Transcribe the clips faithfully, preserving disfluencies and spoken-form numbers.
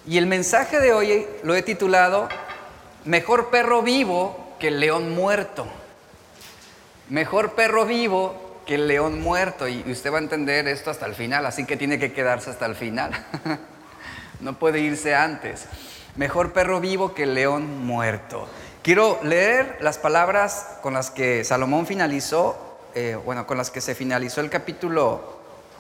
Y el mensaje de hoy lo he titulado Mejor perro vivo que el león muerto. Mejor perro vivo que el león muerto. Y usted va a entender esto hasta el final, así que tiene que quedarse hasta el final. No puede irse antes. Mejor perro vivo que el león muerto. Quiero leer las palabras con las que Salomón finalizó, eh, bueno, con las que se finalizó el capítulo,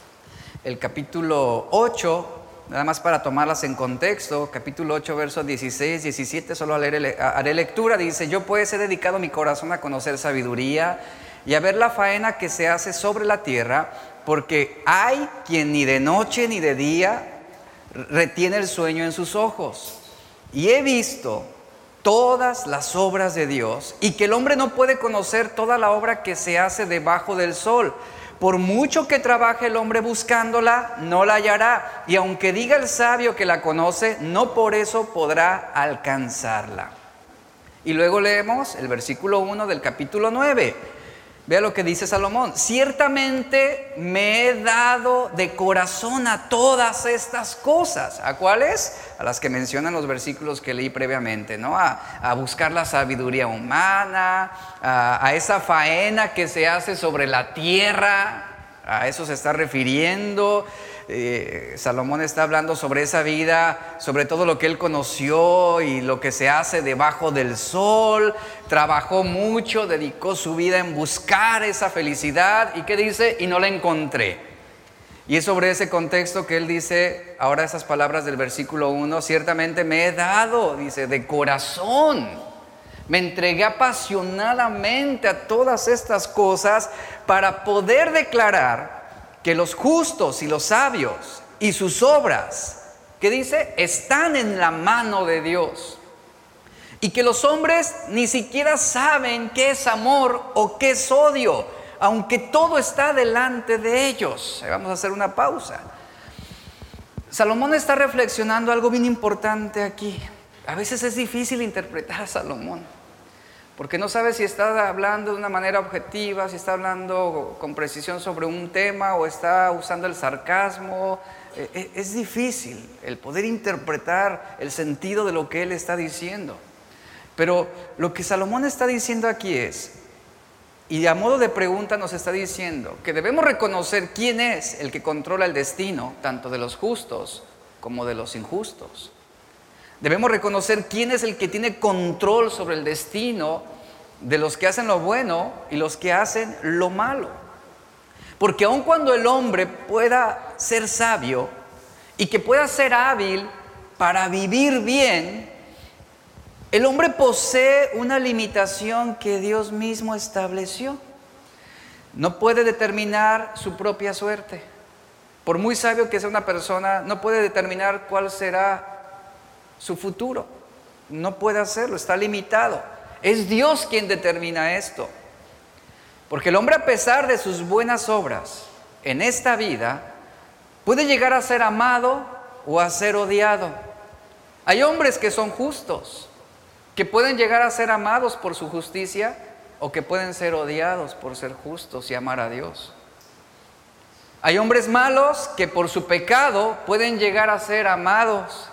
el capítulo ocho. Nada más para tomarlas en contexto, capítulo ocho, versos dieciséis, diecisiete, solo haré, haré lectura. Dice: yo pues he dedicado mi corazón a conocer sabiduría y a ver la faena que se hace sobre la tierra, porque hay quien ni de noche ni de día retiene el sueño en sus ojos. Y he visto todas las obras de Dios, y que el hombre no puede conocer toda la obra que se hace debajo del sol. Por mucho que trabaje el hombre buscándola, no la hallará. Y aunque diga el sabio que la conoce, no por eso podrá alcanzarla. Y luego leemos el versículo uno del capítulo nueve. Vea lo que dice Salomón: ciertamente me he dado de corazón a todas estas cosas. ¿A cuáles? A las que mencionan los versículos que leí previamente, ¿no? A, a buscar la sabiduría humana, a, a esa faena que se hace sobre la tierra. A eso se está refiriendo. Eh, Salomón está hablando sobre esa vida, sobre todo lo que él conoció y lo que se hace debajo del sol. Trabajó mucho, dedicó su vida en buscar esa felicidad. ¿Y qué dice? Y no la encontré. Y es sobre ese contexto que él dice ahora esas palabras del versículo uno: ciertamente me he dado, dice, de corazón. Me entregué apasionadamente a todas estas cosas para poder declarar que los justos y los sabios y sus obras, ¿qué dice? Están en la mano de Dios. Y que los hombres ni siquiera saben qué es amor o qué es odio, aunque todo está delante de ellos. Vamos a hacer una pausa. Salomón está reflexionando algo bien importante aquí. A veces es difícil interpretar a Salomón, porque no sabe si está hablando de una manera objetiva, si está hablando con precisión sobre un tema o está usando el sarcasmo. Es difícil el poder interpretar el sentido de lo que él está diciendo. Pero lo que Salomón está diciendo aquí es, y a modo de pregunta nos está diciendo, que debemos reconocer quién es el que controla el destino, tanto de los justos como de los injustos. Debemos reconocer quién es el que tiene control sobre el destino de los que hacen lo bueno y los que hacen lo malo. Porque aun cuando el hombre pueda ser sabio y que pueda ser hábil para vivir bien, el hombre posee una limitación que Dios mismo estableció. No puede determinar su propia suerte. Por muy sabio que sea una persona, no puede determinar cuál será su futuro. No puede hacerlo, está limitado. Es Dios quien determina esto. Porque el hombre, a pesar de sus buenas obras en esta vida, puede llegar a ser amado o a ser odiado. Hay hombres que son justos, que pueden llegar a ser amados por su justicia, o que pueden ser odiados por ser justos y amar a Dios. Hay hombres malos que por su pecado pueden llegar a ser amados,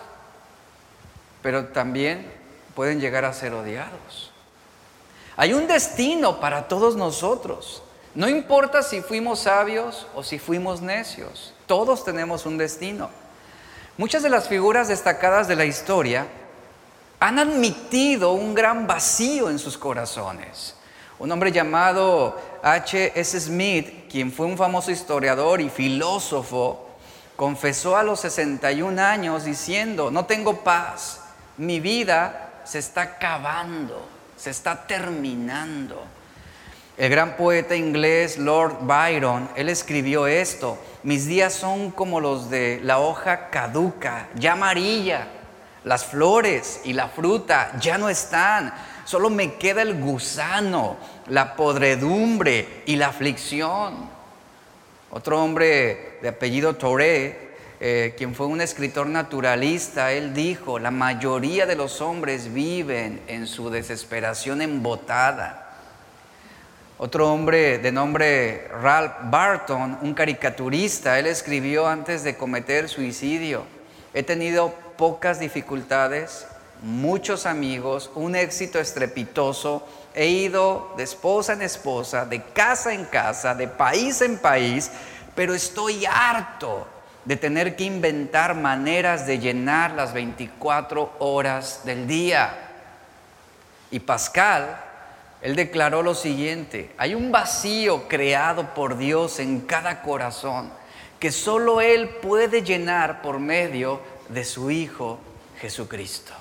pero también pueden llegar a ser odiados. Hay un destino para todos nosotros. No importa si fuimos sabios o si fuimos necios, todos tenemos un destino. Muchas de las figuras destacadas de la historia han admitido un gran vacío en sus corazones. Un hombre llamado H S Smith, quien fue un famoso historiador y filósofo, confesó a los sesenta y un años diciendo: no tengo paz. Mi vida se está acabando, se está terminando. El gran poeta inglés Lord Byron, él escribió esto: mis días son como los de la hoja caduca, ya amarilla. Las flores y la fruta ya no están. Solo me queda el gusano, la podredumbre y la aflicción. Otro hombre de apellido Toré, Eh, quien fue un escritor naturalista, él dijo: la mayoría de los hombres viven en su desesperación embotada. Otro hombre de nombre Ralph Barton, un caricaturista, él escribió antes de cometer suicidio: He tenido pocas dificultades, muchos amigos, un éxito estrepitoso. He ido de esposa en esposa, de casa en casa, de país en país, pero estoy harto de tener que inventar maneras de llenar las veinticuatro horas del día. Y Pascal, él declaró lo siguiente: hay un vacío creado por Dios en cada corazón que solo Él puede llenar por medio de su Hijo Jesucristo.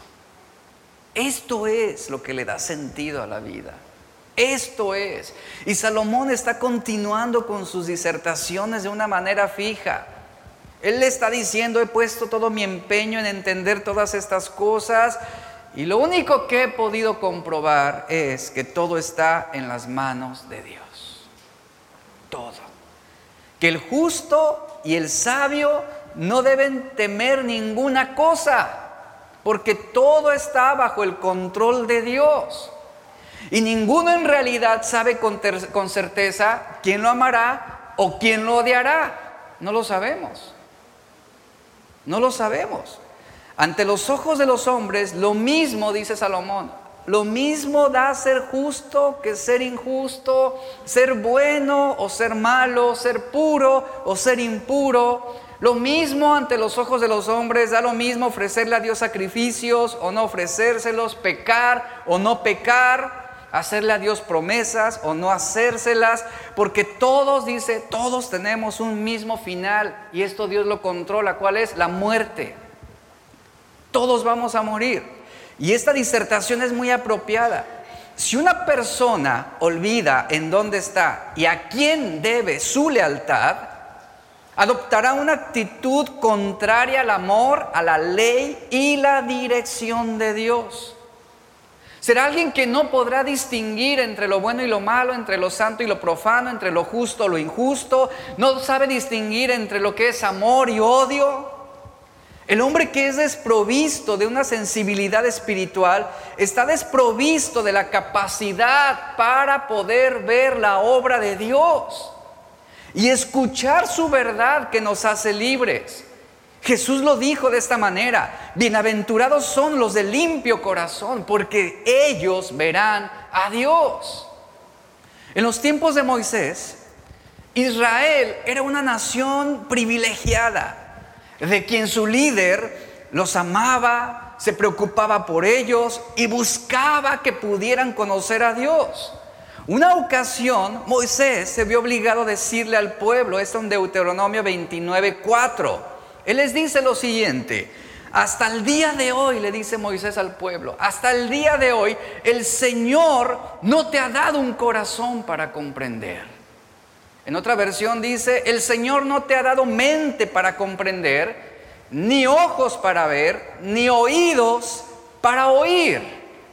Esto es lo que le da sentido a la vida. Esto es. Y Salomón está continuando con sus disertaciones de una manera fija. Él le está diciendo: he puesto todo mi empeño en entender todas estas cosas, y lo único que he podido comprobar es que todo está en las manos de Dios. Todo. Que el justo y el sabio no deben temer ninguna cosa, porque todo está bajo el control de Dios. Y ninguno en realidad sabe con, ter- con certeza quién lo amará o quién lo odiará. No lo sabemos. No lo sabemos. Ante los ojos de los hombres, lo mismo, dice Salomón, lo mismo da ser justo que ser injusto, ser bueno o ser malo, ser puro o ser impuro. Lo mismo ante los ojos de los hombres, da lo mismo ofrecerle a Dios sacrificios o no ofrecérselos, pecar o no pecar, hacerle a Dios promesas o no hacérselas, porque todos, dice, todos tenemos un mismo final, y esto Dios lo controla. ¿Cuál es? La muerte. Todos vamos a morir. Y esta disertación es muy apropiada. Si una persona olvida en dónde está y a quién debe su lealtad, adoptará una actitud contraria al amor, a la ley y la dirección de Dios. Será alguien que no podrá distinguir entre lo bueno y lo malo, entre lo santo y lo profano, entre lo justo y lo injusto. No sabe distinguir entre lo que es amor y odio. El hombre que es desprovisto de una sensibilidad espiritual está desprovisto de la capacidad para poder ver la obra de Dios y escuchar su verdad que nos hace libres. Jesús lo dijo de esta manera: bienaventurados son los de limpio corazón, porque ellos verán a Dios. En los tiempos de Moisés, Israel era una nación privilegiada, de quien su líder los amaba, se preocupaba por ellos y buscaba que pudieran conocer a Dios. Una ocasión, Moisés se vio obligado a decirle al pueblo, esto en Deuteronomio veintinueve, cuatro. Él les dice lo siguiente: hasta el día de hoy, le dice Moisés al pueblo, hasta el día de hoy, el Señor no te ha dado un corazón para comprender. En otra versión dice: el Señor no te ha dado mente para comprender, ni ojos para ver, ni oídos para oír.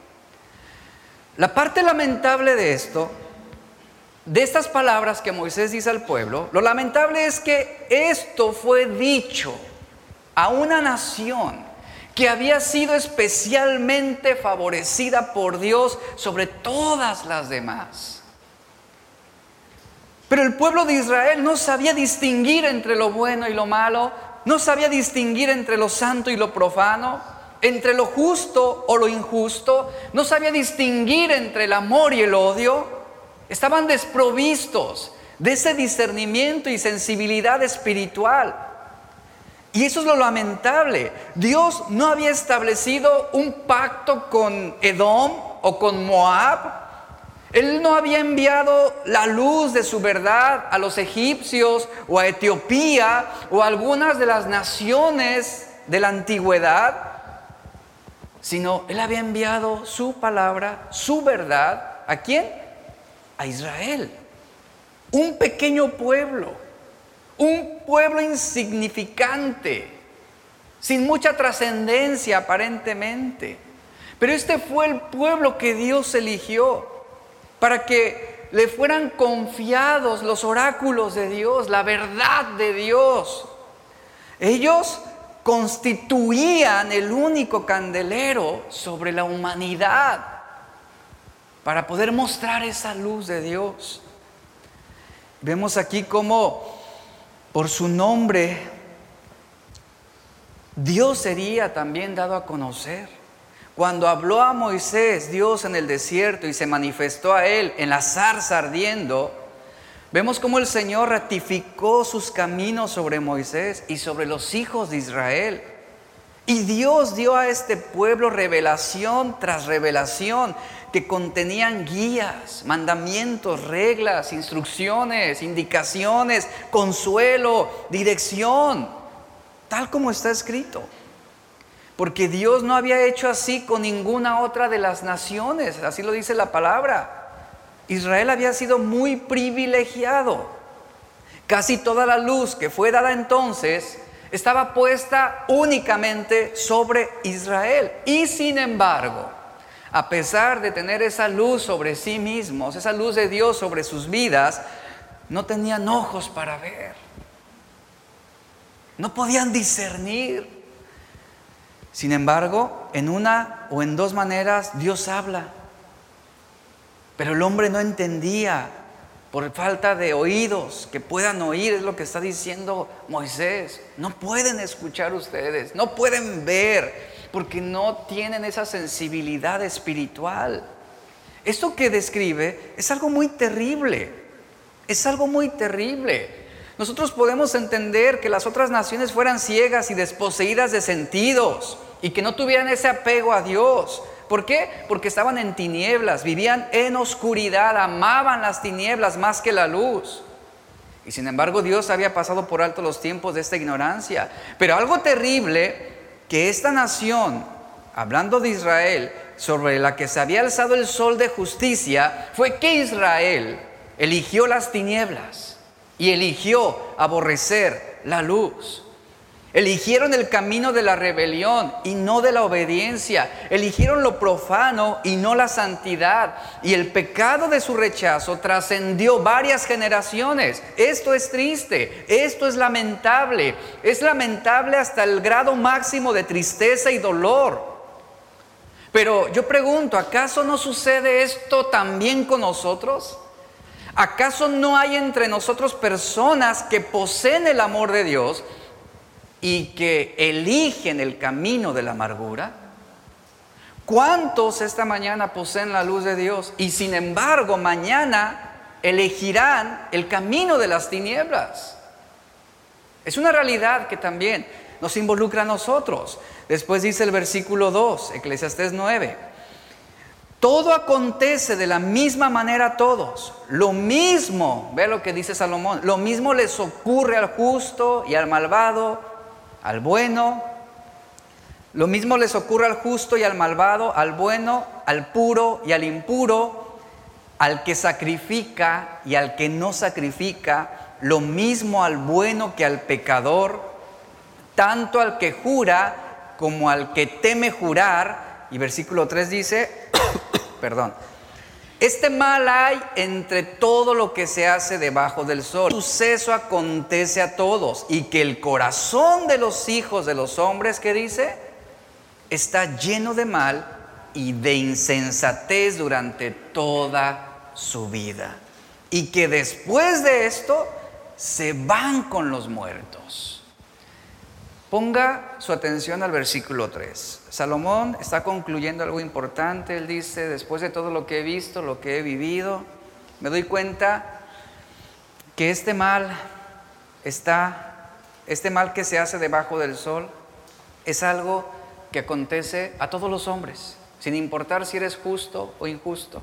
La parte lamentable de esto, de estas palabras que Moisés dice al pueblo, lo lamentable es que esto fue dicho a una nación que había sido especialmente favorecida por Dios sobre todas las demás. Pero el pueblo de Israel no sabía distinguir entre lo bueno y lo malo, no sabía distinguir entre lo santo y lo profano, entre lo justo o lo injusto, no sabía distinguir entre el amor y el odio. Estaban desprovistos de ese discernimiento y sensibilidad espiritual. Y eso es lo lamentable. Dios no había establecido un pacto con Edom o con Moab. Él no había enviado la luz de su verdad a los egipcios o a Etiopía o a algunas de las naciones de la antigüedad, sino Él había enviado su palabra, su verdad. ¿A quién? A Israel. Un pequeño pueblo, un pueblo insignificante, sin mucha trascendencia aparentemente. Pero este fue el pueblo que Dios eligió para que le fueran confiados los oráculos de Dios, la verdad de Dios. Ellos constituían el único candelero sobre la humanidad para poder mostrar esa luz de Dios. Vemos aquí cómo por su nombre Dios sería también dado a conocer. Cuando habló a Moisés, Dios en el desierto, y se manifestó a él en la zarza ardiendo, vemos cómo el Señor ratificó sus caminos sobre Moisés y sobre los hijos de Israel. Y Dios dio a este pueblo revelación tras revelación que contenían guías, mandamientos, reglas, instrucciones, indicaciones, consuelo, dirección, tal como está escrito. Porque Dios no había hecho así con ninguna otra de las naciones, así lo dice la palabra. Israel había sido muy privilegiado. Casi toda la luz que fue dada entonces estaba puesta únicamente sobre Israel. Y sin embargo, a pesar de tener esa luz sobre sí mismos, esa luz de Dios sobre sus vidas, no tenían ojos para ver. No podían discernir. Sin embargo, en una o en dos maneras Dios habla. Pero el hombre no entendía por falta de oídos que puedan oír, es lo que está diciendo Moisés. No pueden escuchar ustedes, no pueden ver, porque no tienen esa sensibilidad espiritual. Esto que describe es algo muy terrible, es algo muy terrible. Nosotros podemos entender que las otras naciones fueran ciegas y desposeídas de sentidos y que no tuvieran ese apego a Dios. ¿Por qué? Porque estaban en tinieblas, vivían en oscuridad, amaban las tinieblas más que la luz. Y sin embargo Dios había pasado por alto los tiempos de esta ignorancia. Pero algo terrible, que esta nación, hablando de Israel, sobre la que se había alzado el sol de justicia, fue que Israel eligió las tinieblas y eligió aborrecer la luz. Eligieron el camino de la rebelión y no de la obediencia. Eligieron lo profano y no la santidad. Y el pecado de su rechazo trascendió varias generaciones. Esto es triste, esto es lamentable. Es lamentable hasta el grado máximo de tristeza y dolor. Pero yo pregunto, ¿acaso no sucede esto también con nosotros? ¿Acaso no hay entre nosotros personas que poseen el amor de Dios y que eligen el camino de la amargura? ¿Cuántos esta mañana poseen la luz de Dios y sin embargo mañana elegirán el camino de las tinieblas? Es una realidad que también nos involucra a nosotros. Después dice el versículo dos, Eclesiastés nueve: todo acontece de la misma manera a todos. Lo mismo, ve lo que dice Salomón, lo mismo les ocurre al justo y al malvado, al bueno. Lo mismo les ocurre al justo y al malvado, al bueno, al puro y al impuro, al que sacrifica y al que no sacrifica, lo mismo al bueno que al pecador, tanto al que jura como al que teme jurar. Y versículo tres dice, perdón, este mal hay entre todo lo que se hace debajo del sol. Suceso acontece a todos, y que el corazón de los hijos de los hombres, ¿qué dice? Está lleno de mal y de insensatez durante toda su vida. Y que después de esto se van con los muertos. Ponga su atención al versículo tres. Salomón está concluyendo algo importante. Él dice, después de todo lo que he visto, lo que he vivido, me doy cuenta que este mal está, este mal que se hace debajo del sol es algo que acontece a todos los hombres, sin importar si eres justo o injusto.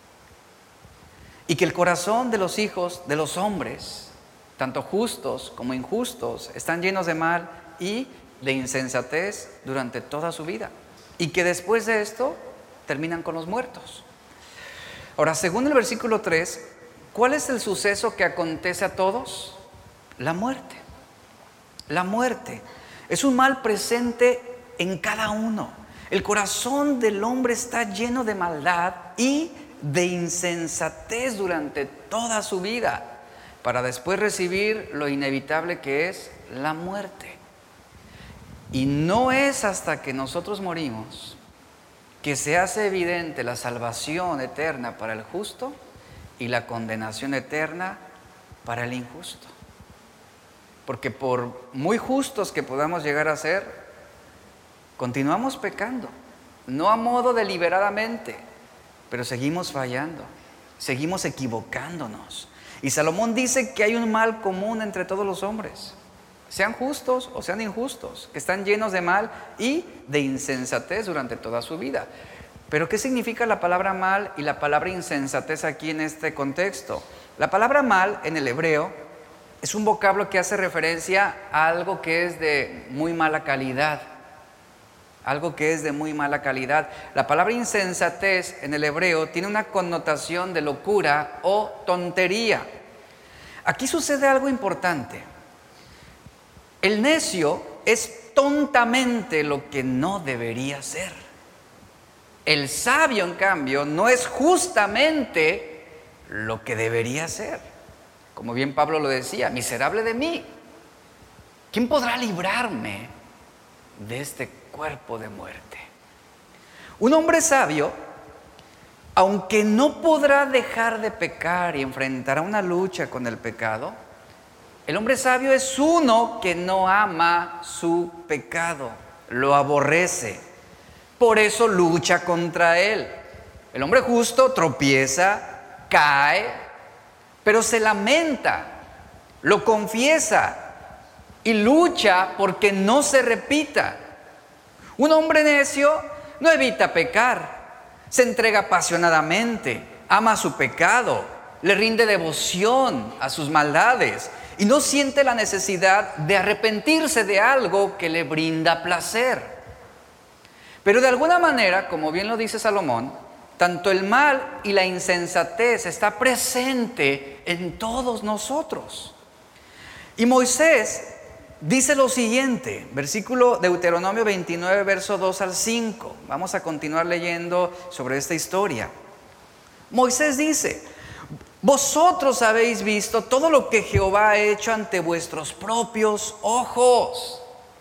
Y que el corazón de los hijos de los hombres, tanto justos como injustos, están llenos de mal y de insensatez durante toda su vida, y que después de esto terminan con los muertos. Ahora, según el versículo tres, ¿cuál es el suceso que acontece a todos? La muerte. La muerte es un mal presente en cada uno. El corazón del hombre está lleno de maldad y de insensatez durante toda su vida, para después recibir lo inevitable que es la muerte. Y no es hasta que nosotros morimos que se hace evidente la salvación eterna para el justo y la condenación eterna para el injusto. Porque por muy justos que podamos llegar a ser, continuamos pecando, no a modo deliberadamente, pero seguimos fallando, seguimos equivocándonos. Y Salomón dice que hay un mal común entre todos los hombres, sean justos o sean injustos, que están llenos de mal y de insensatez durante toda su vida. Pero ¿qué significa la palabra mal y la palabra insensatez aquí en este contexto? La palabra mal en el hebreo es un vocablo que hace referencia a algo que es de muy mala calidad. Algo que es de muy mala calidad. La palabra insensatez en el hebreo tiene una connotación de locura o tontería. Aquí sucede algo importante. El necio es tontamente lo que no debería ser. El sabio, en cambio, no es justamente lo que debería ser. Como bien Pablo lo decía, miserable de mí, ¿quién podrá librarme de este cuerpo de muerte? Un hombre sabio, aunque no podrá dejar de pecar y enfrentará una lucha con el pecado, el hombre sabio es uno que no ama su pecado, lo aborrece, por eso lucha contra él. El hombre justo tropieza, cae, pero se lamenta, lo confiesa y lucha porque no se repita. Un hombre necio no evita pecar, se entrega apasionadamente, ama su pecado, le rinde devoción a sus maldades y no siente la necesidad de arrepentirse de algo que le brinda placer. Pero de alguna manera, como bien lo dice Salomón, tanto el mal y la insensatez está presente en todos nosotros. Y Moisés dice lo siguiente, versículo Deuteronomio veintinueve, verso dos al cinco. Vamos a continuar leyendo sobre esta historia. Moisés dice: vosotros habéis visto todo lo que Jehová ha hecho ante vuestros propios ojos.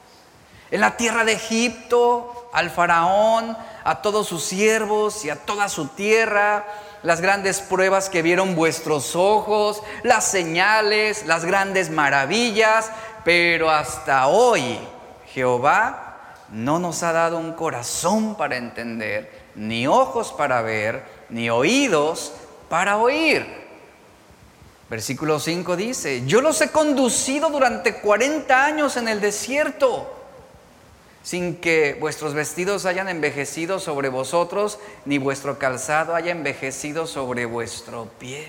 En la tierra de Egipto, al faraón, a todos sus siervos y a toda su tierra, las grandes pruebas que vieron vuestros ojos, las señales, las grandes maravillas. Pero hasta hoy Jehová no nos ha dado un corazón para entender, ni ojos para ver, ni oídos para oír. Versículo cinco dice: yo los he conducido durante cuarenta años en el desierto, sin que vuestros vestidos hayan envejecido sobre vosotros, ni vuestro calzado haya envejecido sobre vuestro pie.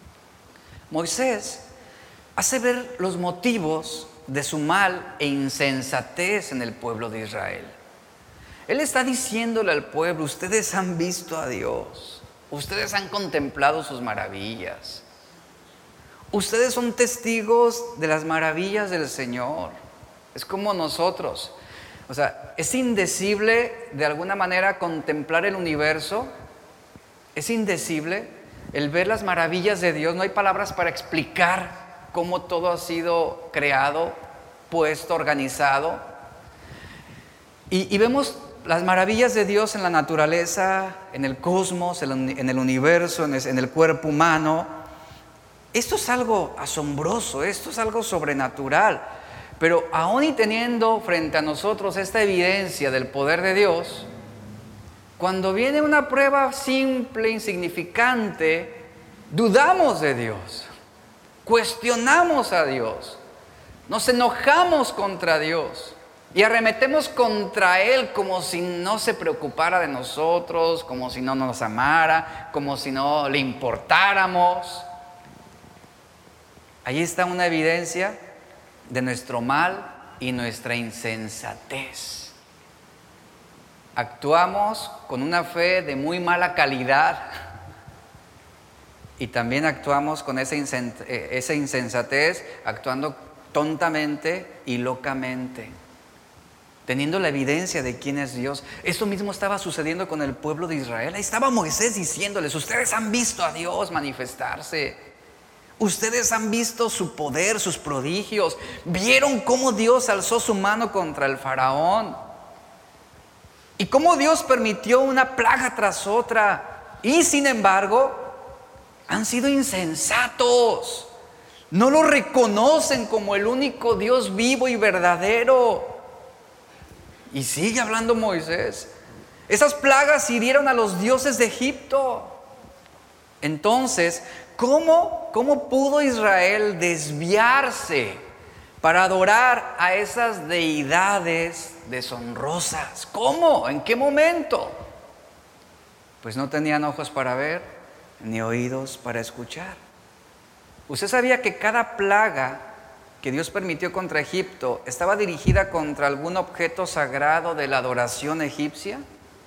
Moisés hace ver los motivos de su mal e insensatez en el pueblo de Israel. Él está diciéndole al pueblo: ustedes han visto a Dios, ustedes han contemplado sus maravillas, ustedes son testigos de las maravillas del Señor. Es como nosotros. O sea, es indecible de alguna manera contemplar el universo. Es indecible el ver las maravillas de Dios. No hay palabras para explicar cómo todo ha sido creado, puesto, organizado. Y, y vemos las maravillas de Dios en la naturaleza, en el cosmos, en, en el universo, en el, en el cuerpo humano. Esto es algo asombroso, esto es algo sobrenatural. Pero aún y teniendo frente a nosotros esta evidencia del poder de Dios, cuando viene una prueba simple, insignificante, dudamos de Dios, cuestionamos a Dios, nos enojamos contra Dios y arremetemos contra Él como si no se preocupara de nosotros, como si no nos amara, como si no le importáramos. Ahí está una evidencia de nuestro mal y nuestra insensatez. Actuamos con una fe de muy mala calidad y también actuamos con esa, insens- esa insensatez, actuando tontamente y locamente, teniendo la evidencia de quién es Dios. Esto mismo estaba sucediendo con el pueblo de Israel. Ahí estaba Moisés diciéndoles: ustedes han visto a Dios manifestarse. Ustedes han visto su poder, sus prodigios. Vieron cómo Dios alzó su mano contra el faraón y cómo Dios permitió una plaga tras otra. Y sin embargo, han sido insensatos. No lo reconocen como el único Dios vivo y verdadero. Y sigue hablando Moisés. Esas plagas hirieron a los dioses de Egipto. Entonces, ¿cómo, cómo pudo Israel desviarse para adorar a esas deidades deshonrosas? ¿Cómo? ¿En qué momento? Pues no tenían ojos para ver, ni oídos para escuchar. ¿Usted sabía que cada plaga que Dios permitió contra Egipto estaba dirigida contra algún objeto sagrado de la adoración egipcia?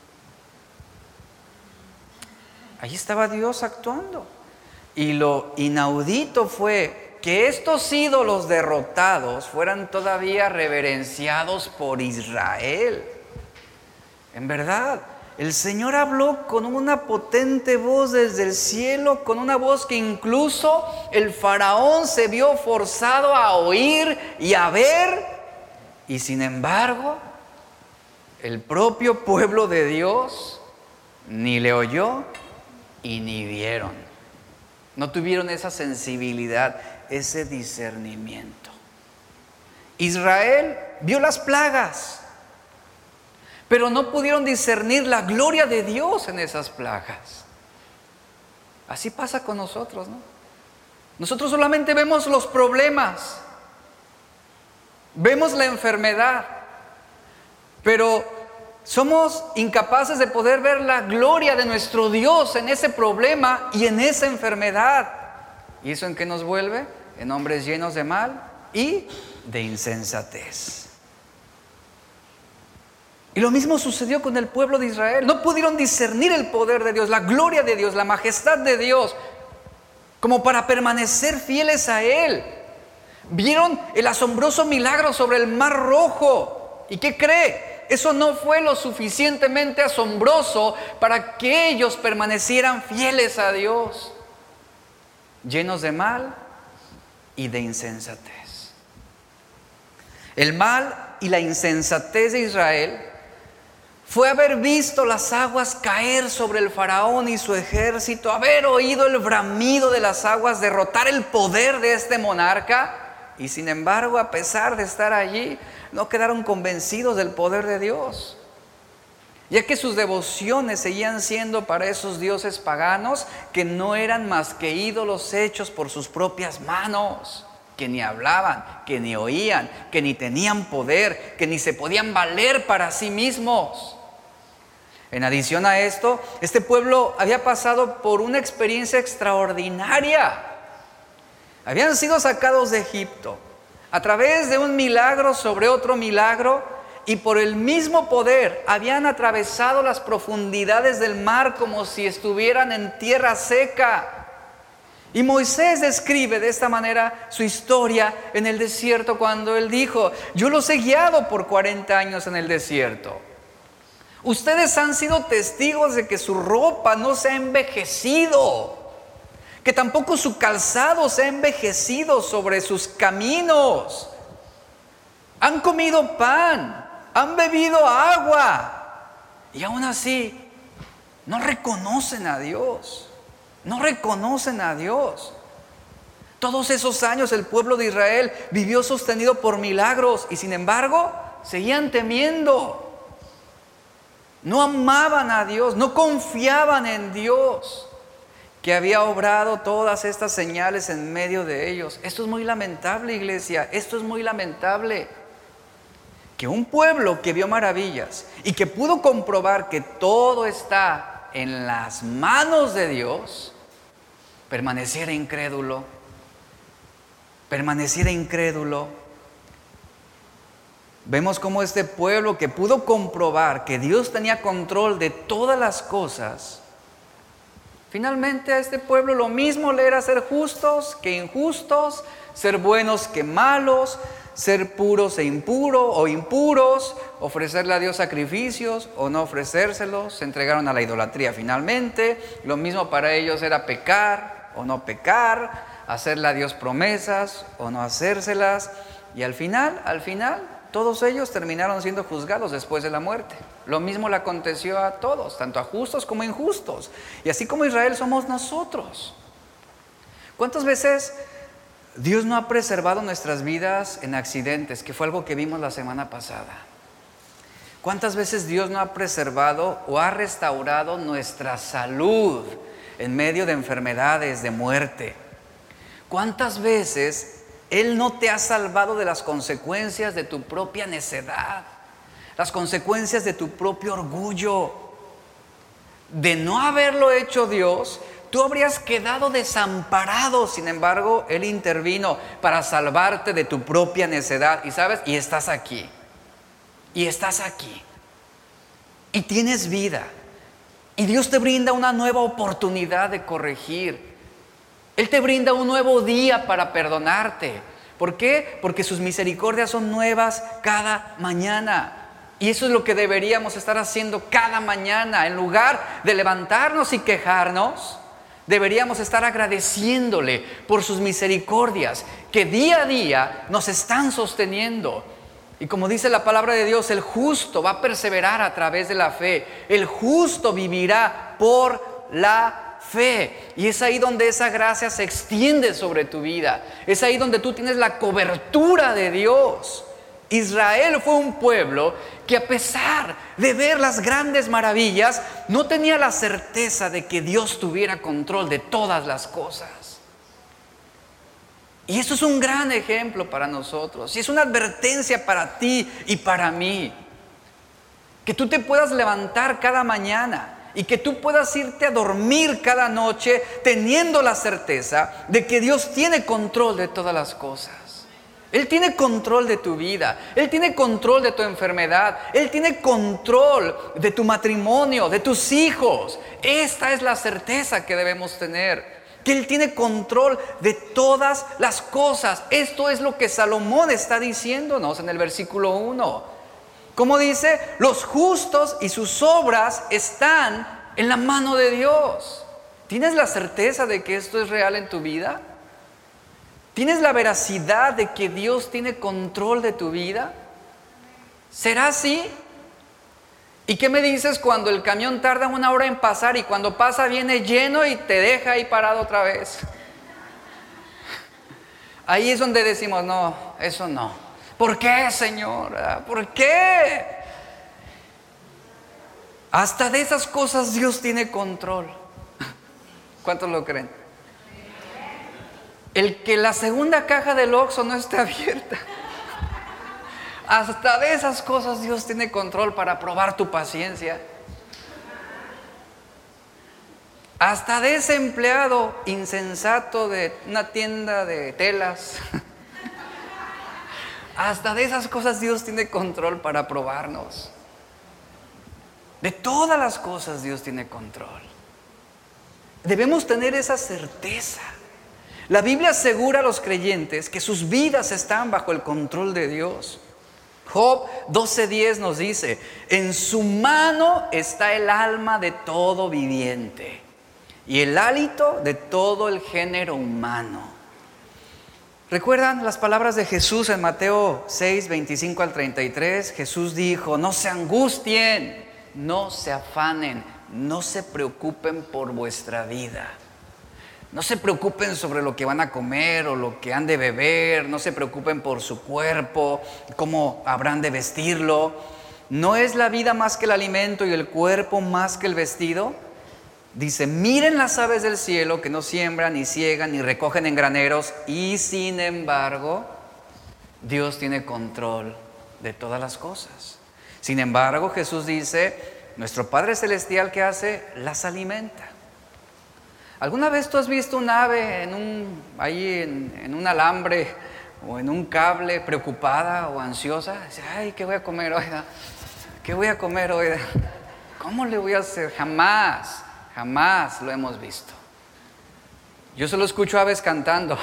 Ahí estaba Dios actuando. Y lo inaudito fue que estos ídolos derrotados fueran todavía reverenciados por Israel. En verdad, el Señor habló con una potente voz desde el cielo, con una voz que incluso el faraón se vio forzado a oír y a ver. Y sin embargo, el propio pueblo de Dios ni le oyó y ni vieron. No tuvieron esa sensibilidad, ese discernimiento. Israel vio las plagas, pero no pudieron discernir la gloria de Dios en esas plagas. Así pasa con nosotros, ¿no? Nosotros solamente vemos los problemas, vemos la enfermedad, pero somos incapaces de poder ver la gloria de nuestro Dios en ese problema y en esa enfermedad. ¿Y eso en qué nos vuelve? En hombres llenos de mal y de insensatez. Y lo mismo sucedió con el pueblo de Israel. No pudieron discernir el poder de Dios, la gloria de Dios, la majestad de Dios, como para permanecer fieles a Él. Vieron el asombroso milagro sobre el Mar Rojo. ¿Y qué cree? Eso no fue lo suficientemente asombroso para que ellos permanecieran fieles a Dios, llenos de mal y de insensatez. El mal y la insensatez de Israel fue haber visto las aguas caer sobre el faraón y su ejército, haber oído el bramido de las aguas, derrotar el poder de este monarca, y sin embargo, a pesar de estar allí, no quedaron convencidos del poder de Dios, ya que sus devociones seguían siendo para esos dioses paganos que no eran más que ídolos hechos por sus propias manos, que ni hablaban, que ni oían, que ni tenían poder, que ni se podían valer para sí mismos. En adición a esto, este pueblo había pasado por una experiencia extraordinaria. Habían sido sacados de Egipto a través de un milagro sobre otro milagro, y por el mismo poder habían atravesado las profundidades del mar como si estuvieran en tierra seca. Y Moisés describe de esta manera su historia en el desierto cuando él dijo: yo los he guiado por cuarenta años en el desierto. Ustedes han sido testigos de que su ropa no se ha envejecido, que tampoco su calzado se ha envejecido sobre sus caminos. Han comido pan, han bebido agua, y aún así no reconocen a Dios, no reconocen a Dios. Todos esos años el pueblo de Israel vivió sostenido por milagros, y sin embargo seguían temiendo. No amaban a Dios, no confiaban en Dios, que había obrado todas estas señales en medio de ellos. Esto es muy lamentable, iglesia, esto es muy lamentable. Que un pueblo que vio maravillas y que pudo comprobar que todo está en las manos de Dios, permaneciera incrédulo, permaneciera incrédulo. Vemos cómo este pueblo que pudo comprobar que Dios tenía control de todas las cosas, finalmente a este pueblo lo mismo le era ser justos que injustos, ser buenos que malos, ser puros e impuros o impuros, ofrecerle a Dios sacrificios o no ofrecérselos. Se entregaron a la idolatría finalmente. Lo mismo para ellos era pecar o no pecar, hacerle a Dios promesas o no hacérselas. Y al final, al final, todos ellos terminaron siendo juzgados después de la muerte. Lo mismo le aconteció a todos, tanto a justos como a injustos. Y así como Israel somos nosotros. ¿Cuántas veces Dios no ha preservado nuestras vidas en accidentes? Que fue algo que vimos la semana pasada. ¿Cuántas veces Dios no ha preservado o ha restaurado nuestra salud en medio de enfermedades, de muerte? ¿Cuántas veces Él no te ha salvado de las consecuencias de tu propia necedad, las consecuencias de tu propio orgullo? De no haberlo hecho Dios, tú habrías quedado desamparado. Sin embargo, Él intervino para salvarte de tu propia necedad. Y sabes, y estás aquí. Y estás aquí. Y tienes vida. Y Dios te brinda una nueva oportunidad de corregir. Él te brinda un nuevo día para perdonarte. ¿Por qué? Porque sus misericordias son nuevas cada mañana. Y eso es lo que deberíamos estar haciendo cada mañana. En lugar de levantarnos y quejarnos, deberíamos estar agradeciéndole por sus misericordias que día a día nos están sosteniendo. Y como dice la palabra de Dios, el justo va a perseverar a través de la fe. El justo vivirá por la fe. Y es ahí donde esa gracia se extiende sobre tu vida. Es ahí donde tú tienes la cobertura de Dios. Israel fue un pueblo que, a pesar de ver las grandes maravillas, no tenía la certeza de que Dios tuviera control de todas las cosas. Y eso es un gran ejemplo para nosotros. Y es una advertencia para ti y para mí. Que tú te puedas levantar cada mañana y que tú puedas irte a dormir cada noche teniendo la certeza de que Dios tiene control de todas las cosas. Él tiene control de tu vida. Él tiene control de tu enfermedad. Él tiene control de tu matrimonio, de tus hijos. Esta es la certeza que debemos tener. Que Él tiene control de todas las cosas. Esto es lo que Salomón está diciéndonos en el versículo uno. Como dice, los justos y sus obras están en la mano de Dios. ¿Tienes la certeza de que esto es real en tu vida? ¿Tienes la veracidad de que Dios tiene control de tu vida? ¿Será así? ¿Y qué me dices cuando el camión tarda una hora en pasar y cuando pasa viene lleno y te deja ahí parado otra vez? Ahí es donde decimos, no, eso no. ¿Por qué, Señor? ¿Por qué? Hasta de esas cosas Dios tiene control. ¿Cuántos lo creen? El que la segunda caja del Oxxo no esté abierta. Hasta de esas cosas Dios tiene control para probar tu paciencia. Hasta de ese empleado insensato de una tienda de telas. Hasta de esas cosas Dios tiene control para probarnos. De todas las cosas Dios tiene control. Debemos tener esa certeza. La Biblia asegura a los creyentes que sus vidas están bajo el control de Dios. Job doce diez nos dice, en su mano está el alma de todo viviente y el hálito de todo el género humano. ¿Recuerdan las palabras de Jesús en Mateo seis, veinticinco al treinta y tres? Jesús dijo, no se angustien, no se afanen, no se preocupen por vuestra vida. No se preocupen sobre lo que van a comer o lo que han de beber. No se preocupen por su cuerpo, cómo habrán de vestirlo. ¿No es la vida más que el alimento y el cuerpo más que el vestido? Dice, miren las aves del cielo que no siembran, ni ciegan, ni recogen en graneros. Y sin embargo, Dios tiene control de todas las cosas. Sin embargo, Jesús dice, nuestro Padre Celestial, ¿qué hace? Las alimenta. ¿Alguna vez tú has visto un ave en un, ahí en, en un alambre o en un cable preocupada o ansiosa? Dice, ay, ¿qué voy a comer hoy? ¿Qué voy a comer hoy? ¿Cómo le voy a hacer? Jamás, jamás lo hemos visto. Yo solo escucho aves cantando.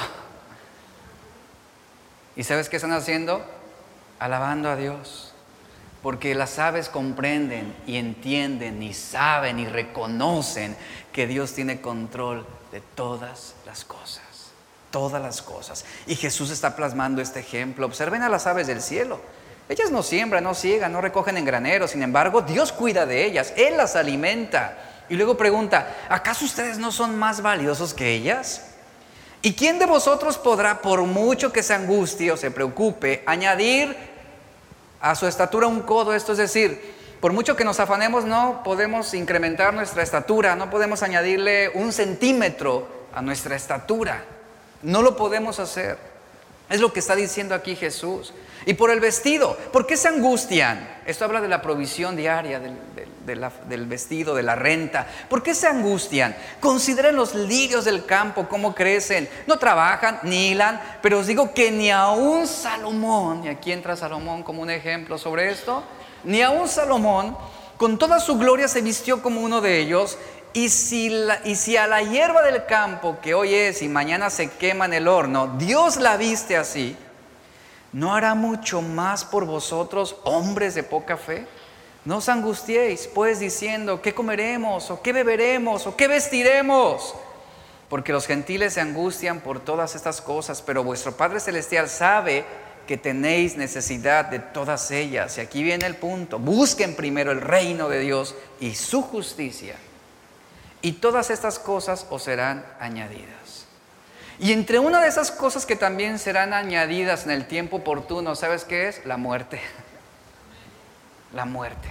¿Y sabes qué están haciendo? Alabando a Dios. Porque las aves comprenden y entienden y saben y reconocen que Dios tiene control de todas las cosas. Todas las cosas. Y Jesús está plasmando este ejemplo. Observen a las aves del cielo. Ellas no siembran, no ciegan, no recogen en graneros. Sin embargo, Dios cuida de ellas. Él las alimenta. Y luego pregunta, ¿acaso ustedes no son más valiosos que ellas? ¿Y quién de vosotros podrá, por mucho que se angustie o se preocupe, añadir a su estatura un codo. Esto es decir, por mucho que nos afanemos, no podemos incrementar nuestra estatura, no podemos añadirle un centímetro a nuestra estatura. No lo podemos hacer. Es lo que está diciendo aquí Jesús. Y por el vestido, ¿por qué se angustian? Esto habla de la provisión diaria, del, del, de la, del vestido, de la renta. ¿Por qué se angustian? Consideren los lirios del campo, cómo crecen. No trabajan, ni hilan, pero os digo que ni aun Salomón, y aquí entra Salomón como un ejemplo sobre esto, ni aun Salomón, con toda su gloria se vistió como uno de ellos. Y si, la, y si a la hierba del campo, que hoy es y mañana se quema en el horno, Dios la viste así, ¿no hará mucho más por vosotros, hombres de poca fe? No os angustiéis, pues, diciendo, ¿qué comeremos? ¿O qué beberemos? ¿O qué vestiremos? Porque los gentiles se angustian por todas estas cosas, pero vuestro Padre Celestial sabe que tenéis necesidad de todas ellas. Y aquí viene el punto: busquen primero el reino de Dios y su justicia, y todas estas cosas os serán añadidas. Y entre una de esas cosas que también serán añadidas en el tiempo oportuno, ¿sabes qué es? La muerte. La muerte.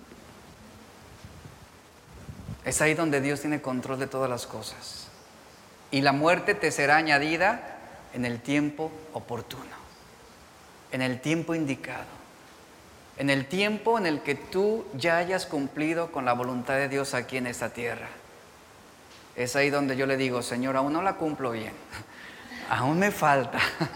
Es ahí donde Dios tiene control de todas las cosas. Y la muerte te será añadida en el tiempo oportuno, en el tiempo indicado, en el tiempo en el que tú ya hayas cumplido con la voluntad de Dios aquí en esta tierra. Es ahí donde yo le digo, Señor, aún no la cumplo bien, aún me falta,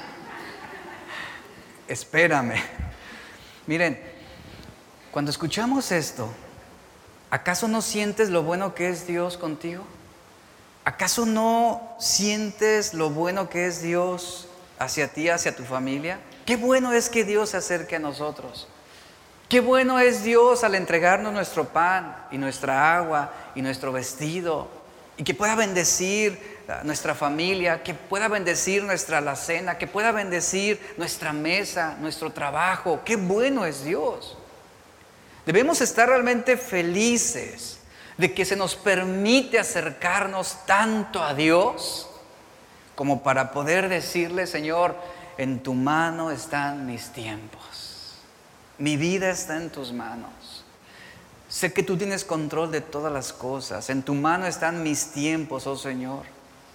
espérame. Miren, cuando escuchamos esto, ¿acaso no sientes lo bueno que es Dios contigo? ¿Acaso no sientes lo bueno que es Dios hacia ti, hacia tu familia? Qué bueno es que Dios se acerque a nosotros. Qué bueno es Dios al entregarnos nuestro pan y nuestra agua y nuestro vestido, y que pueda bendecir a nuestra familia, que pueda bendecir nuestra alacena, que pueda bendecir nuestra mesa, nuestro trabajo. Qué bueno es Dios. Debemos estar realmente felices de que se nos permite acercarnos tanto a Dios como para poder decirle, Señor, en tu mano están mis tiempos, mi vida está en tus manos. Sé que tú tienes control de todas las cosas. En tu mano están mis tiempos, oh Señor.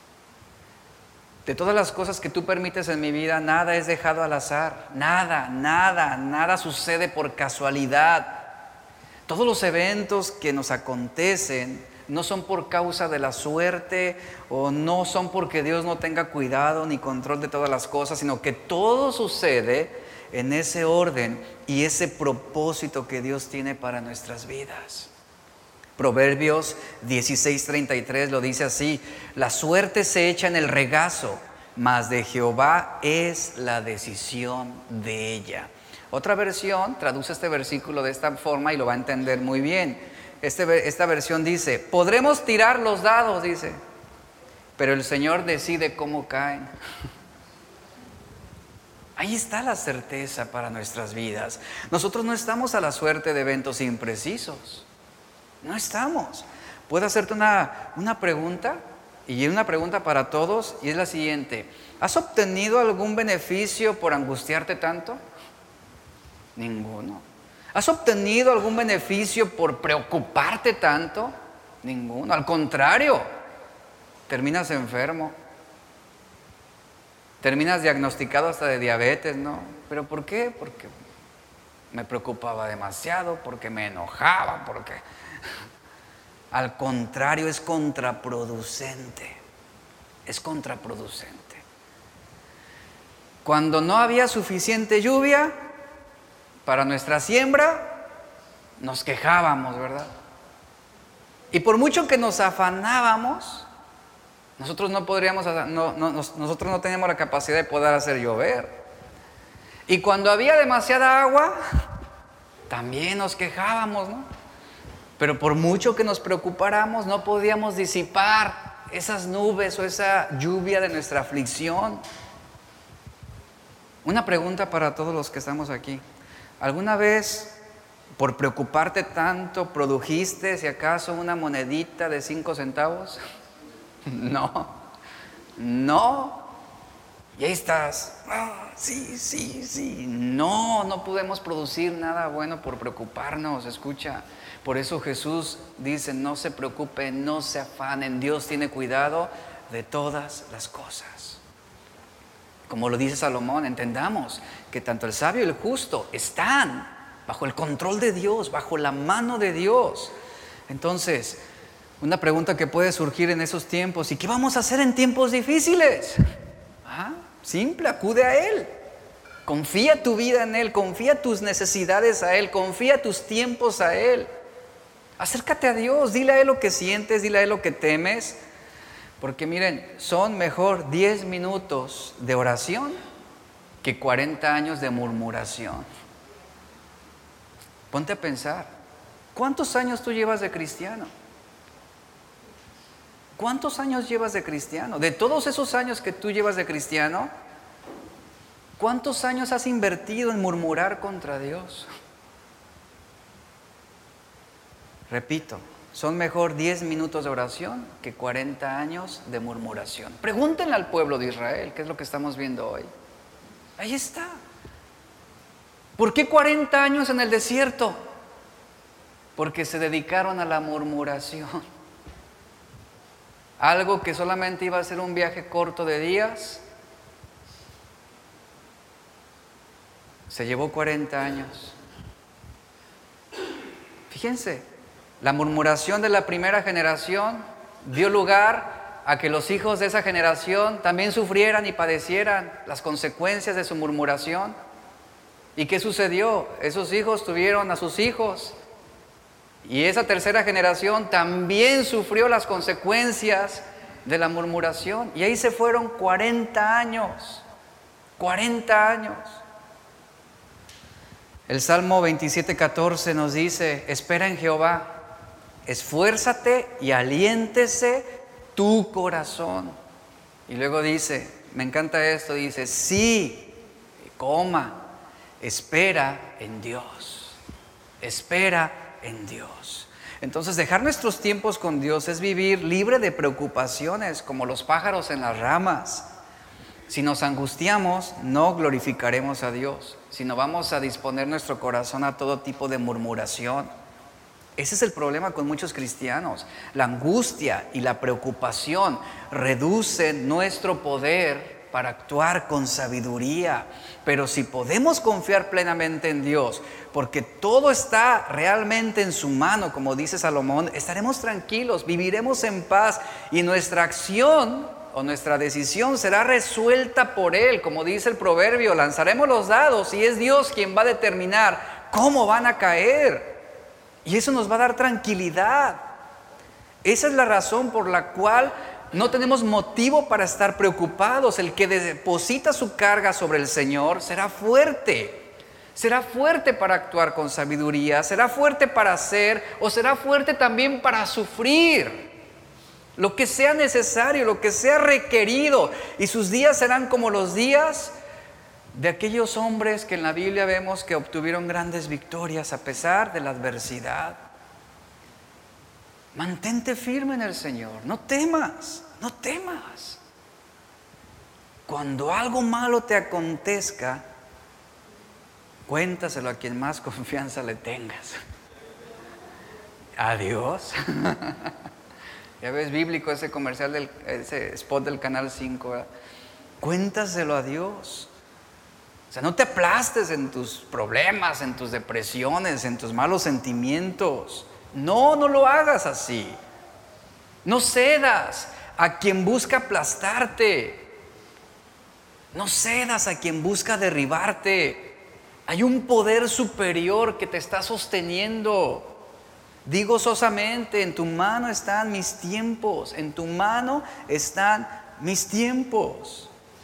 De todas las cosas que tú permites en mi vida, nada es dejado al azar. Nada, nada, nada sucede por casualidad. Todos los eventos que nos acontecen no son por causa de la suerte, o no son porque Dios no tenga cuidado ni control de todas las cosas, sino que todo sucede en ese orden y ese propósito que Dios tiene para nuestras vidas. Proverbios dieciséis treinta y tres lo dice así: la suerte se echa en el regazo, mas de Jehová es la decisión de ella. Otra versión traduce este versículo de esta forma y lo va a entender muy bien. Este, esta versión dice: podremos tirar los dados, dice, pero el Señor decide cómo caen. Ahí está la certeza para nuestras vidas. Nosotros no estamos a la suerte de eventos imprecisos. No estamos. ¿Puedo hacerte una, una pregunta? Y una pregunta para todos, y es la siguiente: ¿has obtenido algún beneficio por angustiarte tanto? Ninguno. ¿Has obtenido algún beneficio por preocuparte tanto? Ninguno. Al contrario, terminas enfermo. Terminas diagnosticado hasta de diabetes, ¿no? ¿Pero por qué? Porque me preocupaba demasiado, porque me enojaba, porque... Al contrario, es contraproducente. Es contraproducente. Cuando no había suficiente lluvia para nuestra siembra, nos quejábamos, ¿verdad? Y por mucho que nos afanábamos, nosotros no podríamos, no, no, nosotros no teníamos la capacidad de poder hacer llover. Y cuando había demasiada agua, también nos quejábamos, ¿no? Pero por mucho que nos preocupáramos, no podíamos disipar esas nubes o esa lluvia de nuestra aflicción. Una pregunta para todos los que estamos aquí: ¿alguna vez, por preocuparte tanto, produjiste si acaso una monedita de cinco centavos? No, no. Y ahí estás, ah, sí, sí, sí. No, no podemos producir nada bueno por preocuparnos, escucha. Por eso Jesús dice, no se preocupen, no se afanen, Dios tiene cuidado de todas las cosas. Como lo dice Salomón, entendamos que tanto el sabio y el justo están bajo el control de Dios, bajo la mano de Dios. Entonces, una pregunta que puede surgir en esos tiempos, ¿y qué vamos a hacer en tiempos difíciles? ¿Ah? Simple, acude a Él. Confía tu vida en Él, confía tus necesidades a Él, confía tus tiempos a Él. Acércate a Dios, dile a Él lo que sientes, dile a Él lo que temes. Porque miren, son mejor diez minutos de oración que cuarenta años de murmuración. Ponte a pensar, ¿cuántos años tú llevas de cristiano? ¿Cuántos años llevas de cristiano? De todos esos años que tú llevas de cristiano, ¿cuántos años has invertido en murmurar contra Dios? Repito, son mejor diez minutos de oración que cuarenta años de murmuración. Pregúntenle al pueblo de Israel, ¿qué es lo que estamos viendo hoy? Ahí está. ¿Por qué cuarenta años en el desierto? Porque se dedicaron a la murmuración. Algo que solamente iba a ser un viaje corto de días, se llevó cuarenta años. Fíjense, la murmuración de la primera generación dio lugar a que los hijos de esa generación también sufrieran y padecieran las consecuencias de su murmuración. ¿Y qué sucedió? Esos hijos tuvieron a sus hijos. Y esa tercera generación también sufrió las consecuencias de la murmuración. Y ahí se fueron cuarenta años. cuarenta años. El Salmo veintisiete, catorce nos dice, espera en Jehová, esfuérzate y aliéntese tu corazón. Y luego dice, me encanta esto, dice, sí, coma, espera en Dios. Espera en Dios. Entonces, dejar nuestros tiempos con Dios es vivir libre de preocupaciones, como los pájaros en las ramas. Si nos angustiamos, no glorificaremos a Dios, sino vamos a disponer nuestro corazón a todo tipo de murmuración. Ese es el problema con muchos cristianos. La angustia y la preocupación reducen nuestro poder para actuar con sabiduría. Pero si podemos confiar plenamente en Dios, porque todo está realmente en su mano, como dice Salomón, estaremos tranquilos, viviremos en paz y nuestra acción o nuestra decisión será resuelta por Él. Como dice el proverbio, lanzaremos los dados y es Dios quien va a determinar cómo van a caer. Y eso nos va a dar tranquilidad. Esa es la razón por la cual no tenemos motivo para estar preocupados. El que deposita su carga sobre el Señor será fuerte. Será fuerte para actuar con sabiduría, será fuerte para hacer o será fuerte también para sufrir. Lo que sea necesario, lo que sea requerido. Y sus días serán como los días de aquellos hombres que en la Biblia vemos que obtuvieron grandes victorias a pesar de la adversidad. Mantente firme en el Señor, no temas, no temas. Cuando algo malo te acontezca, cuéntaselo a quien más confianza le tengas. ¿A Dios? Ya ves, bíblico ese comercial, del, ese spot del Canal cinco, ¿verdad? Cuéntaselo a Dios. O sea, no te aplastes en tus problemas, en tus depresiones, en tus malos sentimientos. No, no lo hagas así. No cedas a quien busca aplastarte. No cedas a quien busca derribarte. Hay un poder superior que te está sosteniendo. Di gozosamente, en tu mano están mis tiempos, en tu mano están mis tiempos.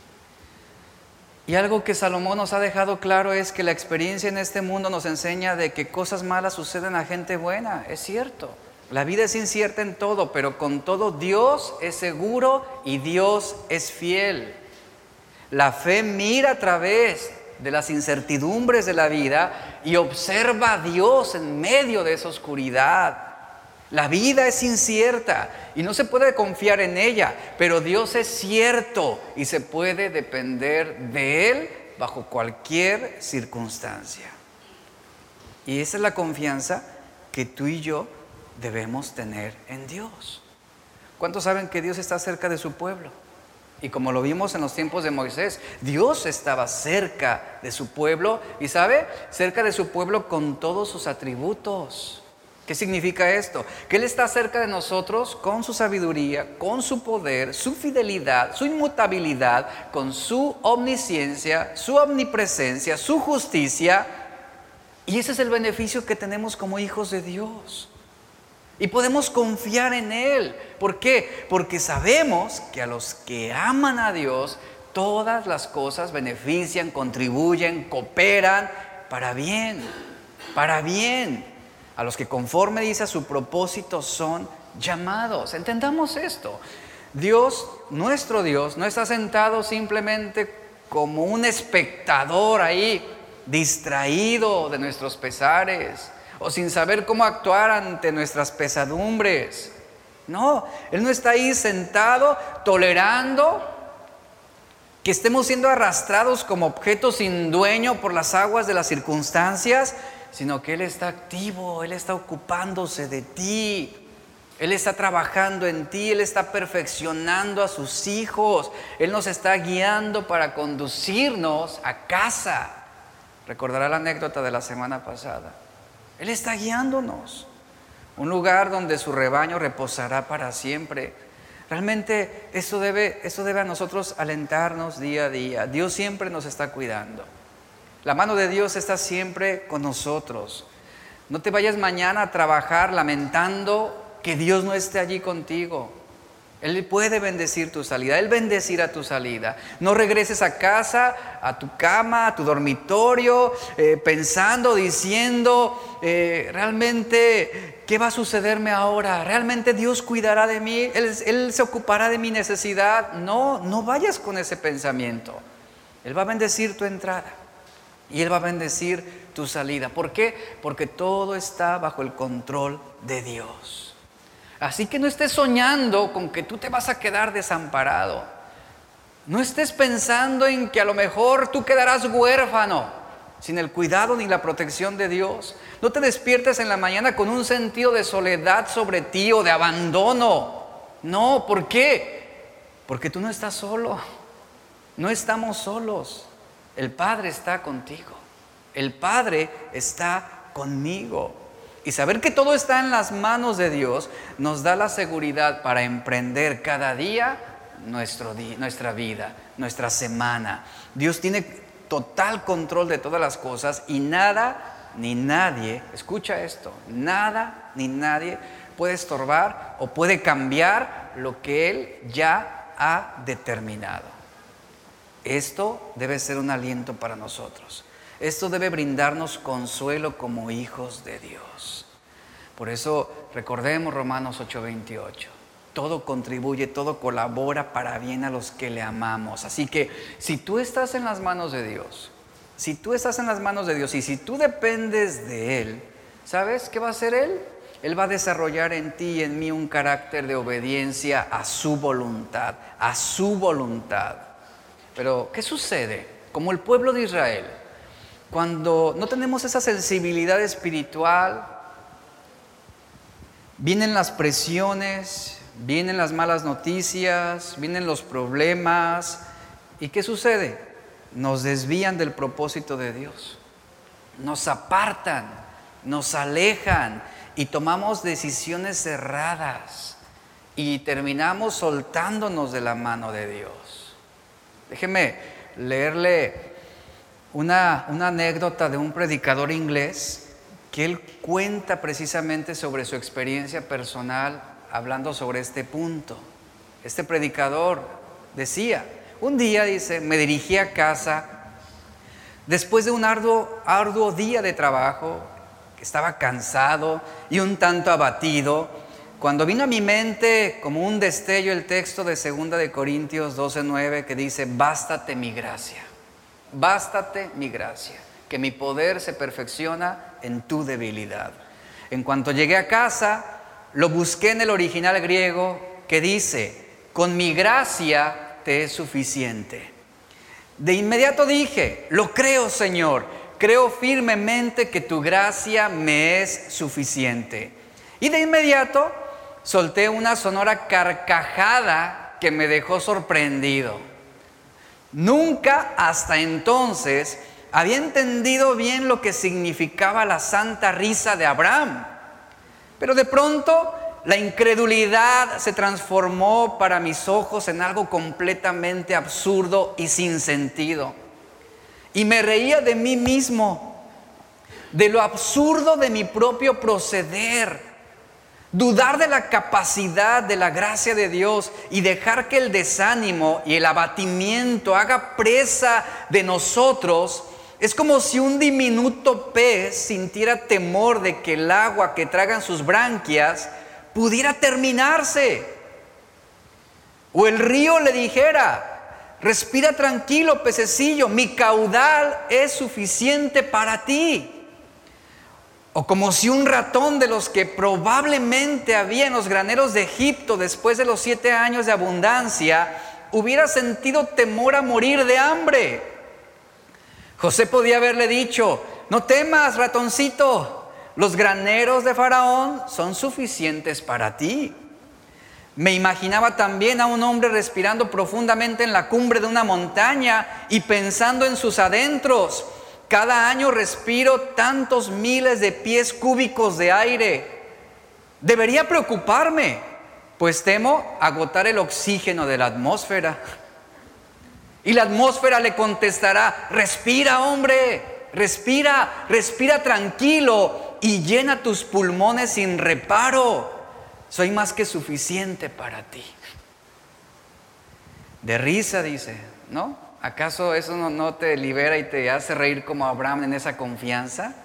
Y algo que Salomón nos ha dejado claro es que la experiencia en este mundo nos enseña de que cosas malas suceden a gente buena. Es cierto, la vida es incierta en todo, pero con todo Dios es seguro y Dios es fiel. La fe mira a través de las incertidumbres de la vida y observa a Dios en medio de esa oscuridad. La vida es incierta y no se puede confiar en ella, pero Dios es cierto y se puede depender de Él bajo cualquier circunstancia. Y esa es la confianza que tú y yo debemos tener en Dios. ¿Cuántos saben que Dios está cerca de su pueblo? Y como lo vimos en los tiempos de Moisés, Dios estaba cerca de su pueblo y, ¿sabe? Cerca de su pueblo con todos sus atributos. ¿Qué significa esto? Que Él está cerca de nosotros con su sabiduría, con su poder, su fidelidad, su inmutabilidad, con su omnisciencia, su omnipresencia, su justicia. Y ese es el beneficio que tenemos como hijos de Dios. Y podemos confiar en Él. ¿Por qué? Porque sabemos que a los que aman a Dios, todas las cosas benefician, contribuyen, cooperan para bien, para bien. A los que conforme dice a su propósito son llamados. Entendamos esto. Dios, nuestro Dios, no está sentado simplemente como un espectador ahí, distraído de nuestros pesares o sin saber cómo actuar ante nuestras pesadumbres. No, Él no está ahí sentado tolerando que estemos siendo arrastrados como objetos sin dueño por las aguas de las circunstancias, sino que Él está activo, Él está ocupándose de ti. Él está trabajando en ti, Él está perfeccionando a sus hijos. Él nos está guiando para conducirnos a casa. Recordará la anécdota de la semana pasada. Él está guiándonos. Un lugar donde su rebaño reposará para siempre. Realmente eso debe, eso debe a nosotros alentarnos día a día. Dios siempre nos está cuidando. La mano de Dios está siempre con nosotros. No te vayas mañana a trabajar lamentando que Dios no esté allí contigo. Él puede bendecir tu salida, Él bendecirá tu salida. No regreses a casa, a tu cama, a tu dormitorio, eh, pensando, diciendo, eh, realmente, ¿qué va a sucederme ahora? ¿Realmente Dios cuidará de mí? ¿Él, Él se ocupará de mi necesidad? No, no vayas con ese pensamiento. Él va a bendecir tu entrada y Él va a bendecir tu salida. ¿Por qué? Porque todo está bajo el control de Dios. Así que no estés soñando con que tú te vas a quedar desamparado. No estés pensando en que a lo mejor tú quedarás huérfano sin el cuidado ni la protección de Dios. No te despiertes en la mañana con un sentido de soledad sobre ti o de abandono. No, ¿por qué? Porque tú no estás solo. No estamos solos. El Padre está contigo. El Padre está conmigo. Y saber que todo está en las manos de Dios nos da la seguridad para emprender cada día nuestro día, nuestra vida, nuestra semana. Dios tiene total control de todas las cosas y nada ni nadie, escucha esto, nada ni nadie puede estorbar o puede cambiar lo que Él ya ha determinado. Esto debe ser un aliento para nosotros. Esto debe brindarnos consuelo como hijos de Dios. Por eso recordemos Romanos ocho veintiocho. Todo contribuye, todo colabora para bien a los que le amamos. Así que si tú estás en las manos de Dios, si tú estás en las manos de Dios y si tú dependes de Él, ¿sabes qué va a hacer Él? Él va a desarrollar en ti y en mí un carácter de obediencia a su voluntad, a su voluntad. Pero, ¿qué sucede? Como el pueblo de Israel, cuando no tenemos esa sensibilidad espiritual, vienen las presiones, vienen las malas noticias, vienen los problemas. ¿Y qué sucede? Nos desvían del propósito de Dios. Nos apartan, nos alejan y tomamos decisiones erradas y terminamos soltándonos de la mano de Dios. Déjeme leerle Una, una anécdota de un predicador inglés que él cuenta precisamente sobre su experiencia personal hablando sobre este punto. Este predicador decía, un día dice, me dirigí a casa después de un arduo, arduo día de trabajo, que estaba cansado y un tanto abatido, cuando vino a mi mente como un destello el texto de segunda de Corintios doce nueve que dice, bástate mi gracia. Bástate mi gracia, que mi poder se perfecciona en tu debilidad. En cuanto llegué a casa, lo busqué en el original griego que dice, con mi gracia te es suficiente. De inmediato dije, lo creo, Señor, creo firmemente que tu gracia me es suficiente. Y de inmediato solté una sonora carcajada que me dejó sorprendido. Nunca hasta entonces había entendido bien lo que significaba la santa risa de Abraham. Pero de pronto la incredulidad se transformó para mis ojos en algo completamente absurdo y sin sentido. Y me reía de mí mismo, de lo absurdo de mi propio proceder. Dudar de la capacidad de la gracia de Dios y dejar que el desánimo y el abatimiento haga presa de nosotros es como si un diminuto pez sintiera temor de que el agua que tragan sus branquias pudiera terminarse. O el río le dijera, respira tranquilo, pececillo, mi caudal es suficiente para ti. O como si un ratón de los que probablemente había en los graneros de Egipto después de los siete años de abundancia, hubiera sentido temor a morir de hambre. José podía haberle dicho, no temas, ratoncito, los graneros de Faraón son suficientes para ti. Me imaginaba también a un hombre respirando profundamente en la cumbre de una montaña y pensando en sus adentros. Cada año respiro tantos miles de pies cúbicos de aire. Debería preocuparme, pues temo agotar el oxígeno de la atmósfera. Y la atmósfera le contestará, respira, hombre, respira, respira tranquilo y llena tus pulmones sin reparo. Soy más que suficiente para ti. De risa dice, ¿no? ¿Acaso eso no, no te libera y te hace reír como Abraham en esa confianza?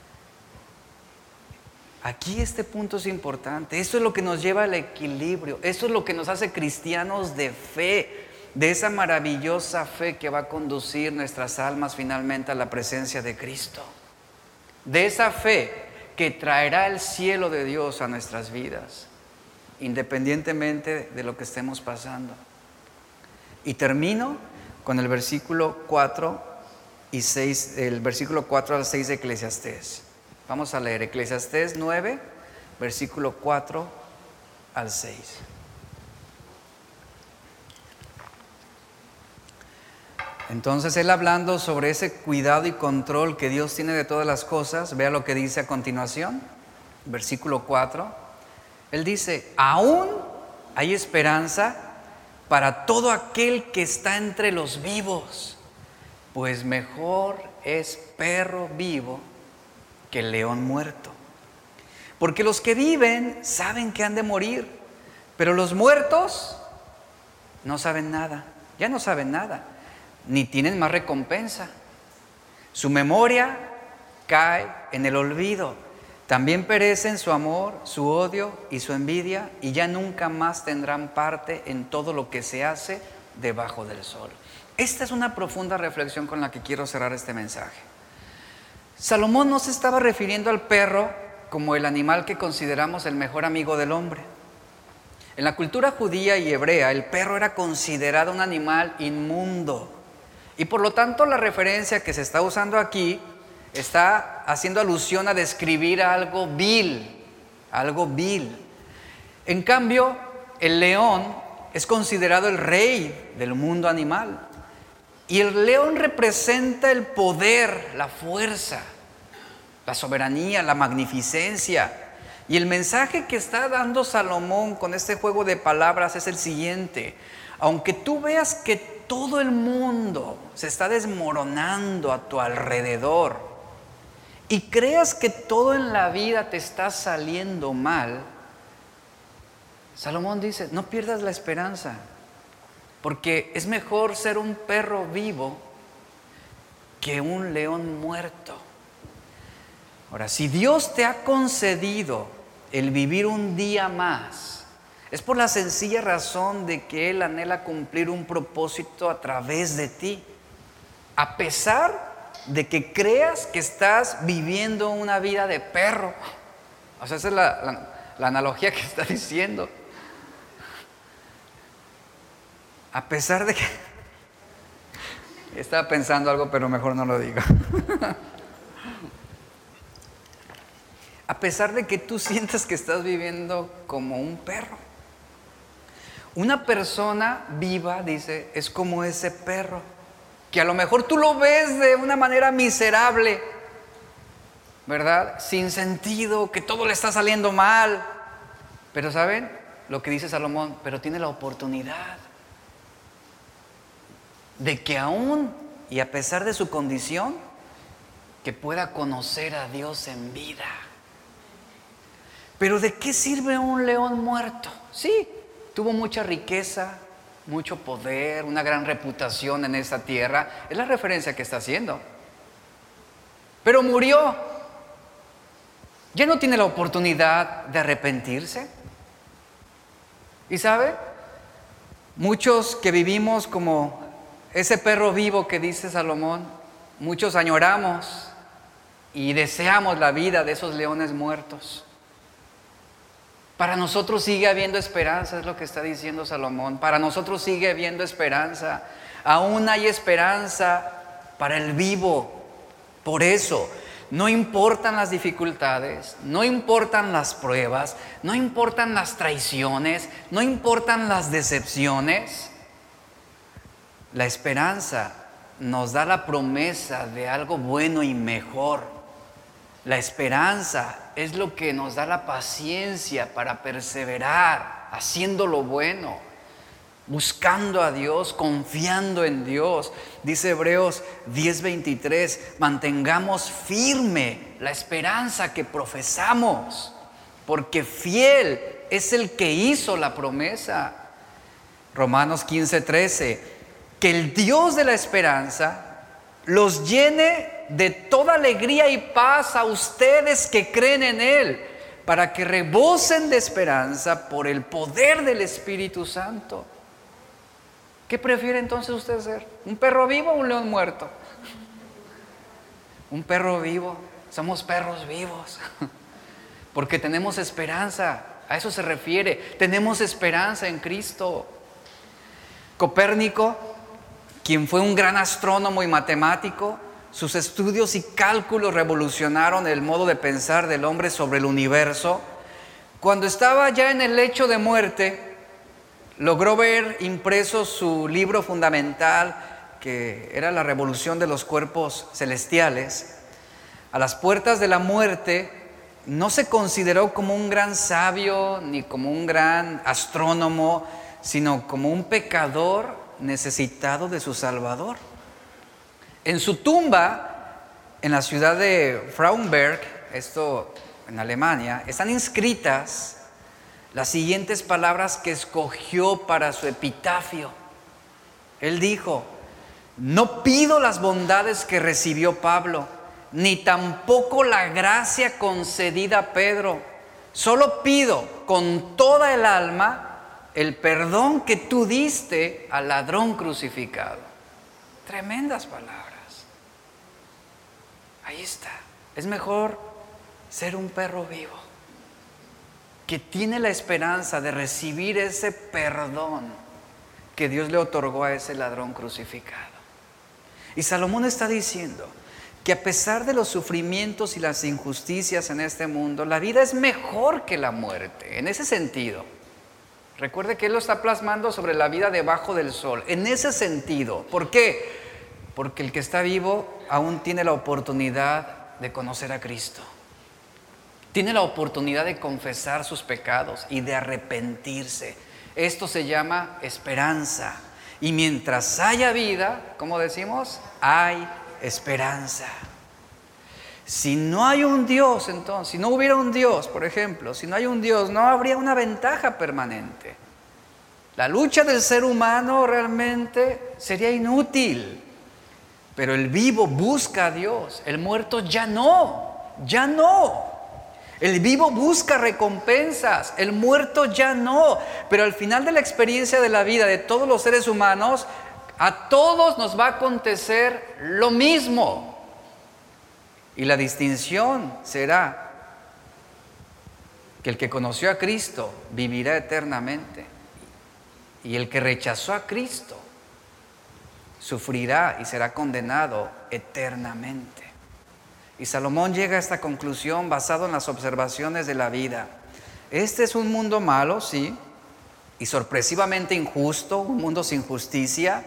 Aquí este punto es importante. Esto es lo que nos lleva al equilibrio. Esto es lo que nos hace cristianos de fe, de esa maravillosa fe que va a conducir nuestras almas finalmente a la presencia de Cristo. De esa fe que traerá el cielo de Dios a nuestras vidas, independientemente de lo que estemos pasando. Y termino con el versículo cuatro y seis, el versículo cuatro al seis de Eclesiastés. Vamos a leer Eclesiastés nueve, versículo cuatro al seis. Entonces él, hablando sobre ese cuidado y control que Dios tiene de todas las cosas, vea lo que dice a continuación, versículo cuatro. Él dice, aún hay esperanza para todo aquel que está entre los vivos, pues mejor es perro vivo que león muerto. Porque los que viven saben que han de morir, pero los muertos no saben nada, ya no saben nada, ni tienen más recompensa. Su memoria cae en el olvido. También perecen su amor, su odio y su envidia, y ya nunca más tendrán parte en todo lo que se hace debajo del sol. Esta es una profunda reflexión con la que quiero cerrar este mensaje. Salomón no se estaba refiriendo al perro como el animal que consideramos el mejor amigo del hombre. En la cultura judía y hebrea, el perro era considerado un animal inmundo. Y por lo tanto, la referencia que se está usando aquí está haciendo alusión a describir algo vil, algo vil. En cambio, el león es considerado el rey del mundo animal. Y el león representa el poder, la fuerza, la soberanía, la magnificencia. Y el mensaje que está dando Salomón con este juego de palabras es el siguiente: aunque tú veas que todo el mundo se está desmoronando a tu alrededor y creas que todo en la vida te está saliendo mal, Salomón dice, no pierdas la esperanza, porque es mejor ser un perro vivo que un león muerto. Ahora, si Dios te ha concedido el vivir un día más, es por la sencilla razón de que Él anhela cumplir un propósito a través de ti, a pesar de que creas que estás viviendo una vida de perro. O sea, esa es la, la, la analogía que está diciendo. A pesar de que... Estaba pensando algo, pero mejor no lo digo. A pesar de que tú sientas que estás viviendo como un perro. Una persona viva, dice, es como ese perro, que a lo mejor tú lo ves de una manera miserable, ¿verdad? Sin sentido, que todo le está saliendo mal. Pero ¿saben lo que dice Salomón? Pero tiene la oportunidad de que aún y a pesar de su condición, que pueda conocer a Dios en vida. Pero ¿de qué sirve un león muerto? Sí, tuvo mucha riqueza, mucho poder, una gran reputación en esta tierra. Es la referencia que está haciendo. Pero murió. Ya no tiene la oportunidad de arrepentirse. ¿Y sabe? Muchos que vivimos como ese perro vivo que dice Salomón, muchos añoramos y deseamos la vida de esos leones muertos. Para nosotros sigue habiendo esperanza, es lo que está diciendo Salomón. Para nosotros sigue habiendo esperanza. Aún hay esperanza para el vivo. Por eso, no importan las dificultades, no importan las pruebas, no importan las traiciones, no importan las decepciones. La esperanza nos da la promesa de algo bueno y mejor. La esperanza es lo que nos da la paciencia para perseverar, haciendo lo bueno, buscando a Dios, confiando en Dios. Dice Hebreos diez veintitrés, mantengamos firme la esperanza que profesamos, porque fiel es el que hizo la promesa. Romanos quince trece, que el Dios de la esperanza los llene de toda alegría y paz a ustedes que creen en Él, para que rebosen de esperanza por el poder del Espíritu Santo. ¿Qué prefiere entonces usted ser? ¿Un perro vivo o un león muerto? Un perro vivo. Somos perros vivos. Porque tenemos esperanza. A eso se refiere. Tenemos esperanza en Cristo. Copérnico, quien fue un gran astrónomo y matemático, sus estudios y cálculos revolucionaron el modo de pensar del hombre sobre el universo. Cuando estaba ya en el lecho de muerte, logró ver impreso su libro fundamental, que era La revolución de los cuerpos celestiales. A las puertas de la muerte, no se consideró como un gran sabio ni como un gran astrónomo, sino como un pecador necesitado de su Salvador. En su tumba, en la ciudad de Frauenberg, esto en Alemania, están inscritas las siguientes palabras que escogió para su epitafio. Él dijo: no pido las bondades que recibió Pablo, ni tampoco la gracia concedida a Pedro. Solo pido con toda el alma el perdón que tú diste al ladrón crucificado. Tremendas palabras. Ahí está. Es mejor ser un perro vivo, que tiene la esperanza de recibir ese perdón que Dios le otorgó a ese ladrón crucificado. Y Salomón está diciendo que a pesar de los sufrimientos y las injusticias en este mundo, la vida es mejor que la muerte, en ese sentido. Recuerde que él lo está plasmando sobre la vida debajo del sol, en ese sentido. ¿Por qué? Porque el que está vivo aún tiene la oportunidad de conocer a Cristo. Tiene la oportunidad de confesar sus pecados y de arrepentirse. Esto se llama esperanza. Y mientras haya vida, ¿cómo decimos? Hay esperanza. Si no hay un Dios, entonces, si no hubiera un Dios, por ejemplo, si no hay un Dios, no habría una ventaja permanente. La lucha del ser humano realmente sería inútil. Pero el vivo busca a Dios, el muerto ya no, ya no. El vivo busca recompensas, el muerto ya no. Pero al final de la experiencia de la vida de todos los seres humanos, a todos nos va a acontecer lo mismo. Y la distinción será que el que conoció a Cristo vivirá eternamente, y el que rechazó a Cristo sufrirá y será condenado eternamente. Y Salomón llega a esta conclusión basado en las observaciones de la vida. Este es un mundo malo, sí, y sorpresivamente injusto, un mundo sin justicia.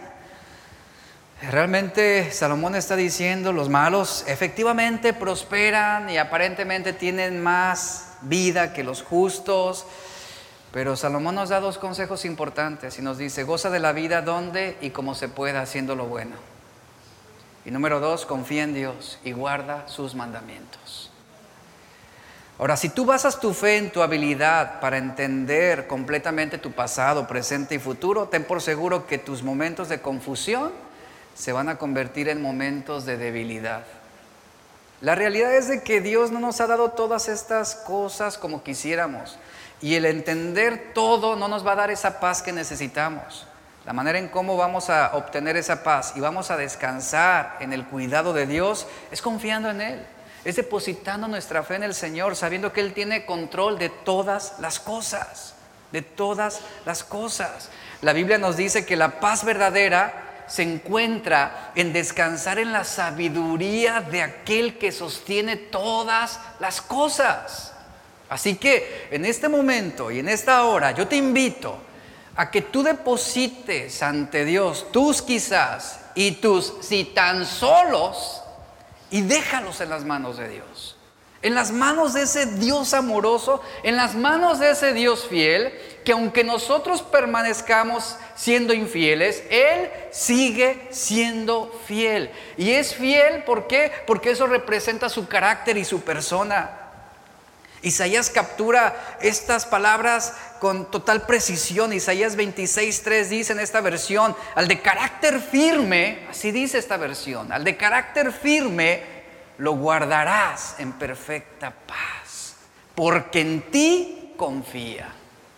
Realmente Salomón está diciendo, los malos efectivamente prosperan y aparentemente tienen más vida que los justos. Pero Salomón nos da dos consejos importantes y nos dice, goza de la vida donde y como se pueda, haciendo lo bueno. Y número dos, confía en Dios y guarda sus mandamientos. Ahora, si tú basas tu fe en tu habilidad para entender completamente tu pasado, presente y futuro, ten por seguro que tus momentos de confusión se van a convertir en momentos de debilidad. La realidad es de que Dios no nos ha dado todas estas cosas como quisiéramos. Y el entender todo no nos va a dar esa paz que necesitamos. La manera en cómo vamos a obtener esa paz y vamos a descansar en el cuidado de Dios es confiando en Él. Es depositando nuestra fe en el Señor, sabiendo que Él tiene control de todas las cosas. De todas las cosas. La Biblia nos dice que la paz verdadera se encuentra en descansar en la sabiduría de aquel que sostiene todas las cosas. Así que en este momento y en esta hora yo te invito a que tú deposites ante Dios tus quizás y tus si tan solos y déjalos en las manos de Dios. En las manos de ese Dios amoroso, en las manos de ese Dios fiel, que aunque nosotros permanezcamos siendo infieles, Él sigue siendo fiel. Y es fiel, ¿por qué? Porque eso representa su carácter y su persona. Isaías captura estas palabras con total precisión. Isaías veintiséis tres dice en esta versión, al de carácter firme, así dice esta versión, al de carácter firme lo guardarás en perfecta paz, porque en ti confía.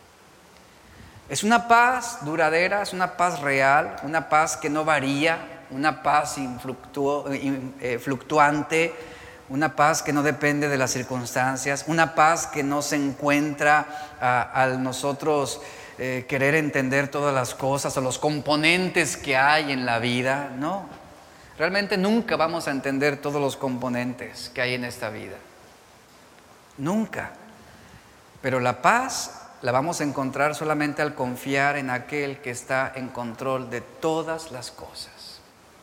Es una paz duradera, es una paz real, una paz que no varía, una paz influctuo, eh, fluctuante, una paz que no depende de las circunstancias, una paz que no se encuentra a, al nosotros eh, querer entender todas las cosas o los componentes que hay en la vida. No, realmente nunca vamos a entender todos los componentes que hay en esta vida. Nunca. Pero la paz la vamos a encontrar solamente al confiar en aquel que está en control de todas las cosas.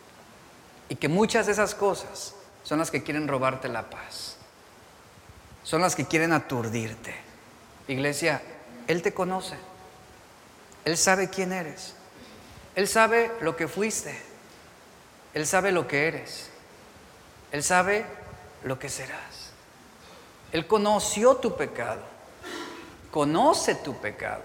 Y que muchas de esas cosas son las que quieren robarte la paz. Son las que quieren aturdirte. Iglesia, Él te conoce. Él sabe quién eres. Él sabe lo que fuiste. Él sabe lo que eres. Él sabe lo que serás. Él conoció tu pecado. Conoce tu pecado.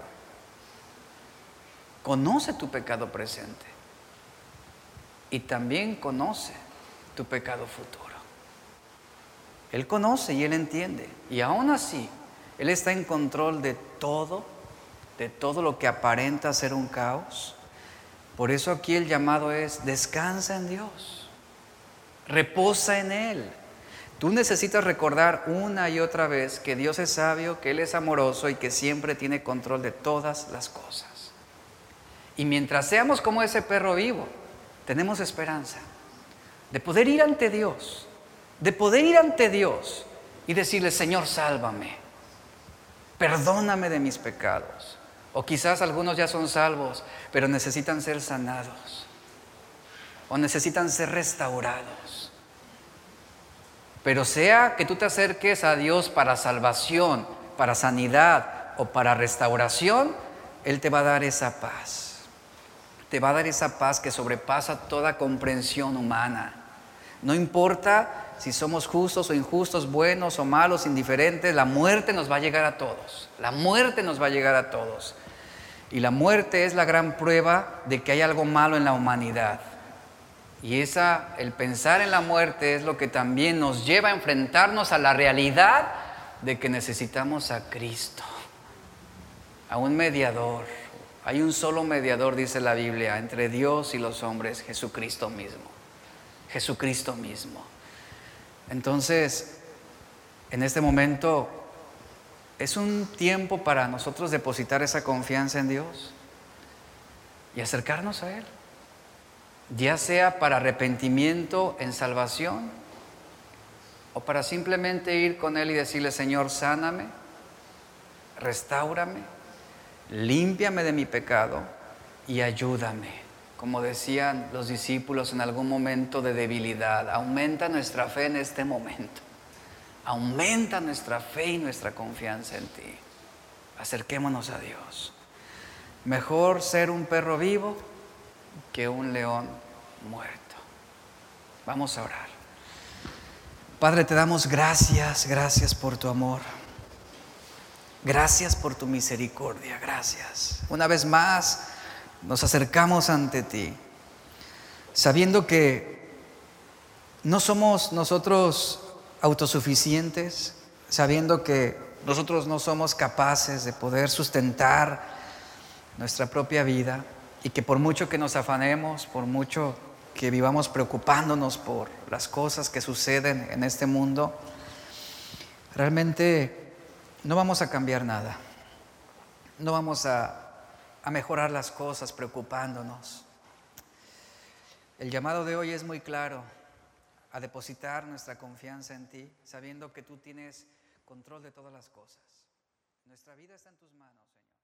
Conoce tu pecado presente. Y también conoce tu pecado futuro. Él conoce y Él entiende. Y aún así, Él está en control de todo, de todo lo que aparenta ser un caos. Por eso aquí el llamado es: descansa en Dios, reposa en Él. Tú necesitas recordar una y otra vez que Dios es sabio, que Él es amoroso y que siempre tiene control de todas las cosas. Y mientras seamos como ese perro vivo, tenemos esperanza de poder ir ante Dios, de poder ir ante Dios y decirle: Señor, sálvame, perdóname de mis pecados. O quizás algunos ya son salvos, pero necesitan ser sanados, o necesitan ser restaurados. Pero sea que tú te acerques a Dios para salvación, para sanidad o para restauración, Él te va a dar esa paz. Te va a dar esa paz que sobrepasa toda comprensión humana. No importa si somos justos o injustos, buenos o malos, indiferentes, la muerte nos va a llegar a todos. La muerte nos va a llegar a todos. Y la muerte es la gran prueba de que hay algo malo en la humanidad. Y esa, el pensar en la muerte es lo que también nos lleva a enfrentarnos a la realidad de que necesitamos a Cristo, a un mediador. Hay un solo mediador, dice la Biblia, entre Dios y los hombres, Jesucristo mismo. Jesucristo mismo. Entonces, en este momento, es un tiempo para nosotros depositar esa confianza en Dios y acercarnos a Él, ya sea para arrepentimiento en salvación o para simplemente ir con Él y decirle: Señor, sáname, restáurame, límpiame de mi pecado y ayúdame. Como decían los discípulos en algún momento de debilidad, aumenta nuestra fe en este momento. Aumenta nuestra fe y nuestra confianza en ti. Acerquémonos a Dios. Mejor ser un perro vivo que un león muerto. Vamos a orar. Padre, te damos gracias, gracias por tu amor. Gracias por tu misericordia, gracias. Una vez más nos acercamos ante ti, sabiendo que no somos nosotros autosuficientes, sabiendo que nosotros no somos capaces de poder sustentar nuestra propia vida y que por mucho que nos afanemos, por mucho que vivamos preocupándonos por las cosas que suceden en este mundo, realmente no vamos a cambiar nada. No vamos a, a mejorar las cosas preocupándonos. El llamado de hoy es muy claro: a depositar nuestra confianza en ti, sabiendo que tú tienes control de todas las cosas. Nuestra vida está en tus manos, Señor.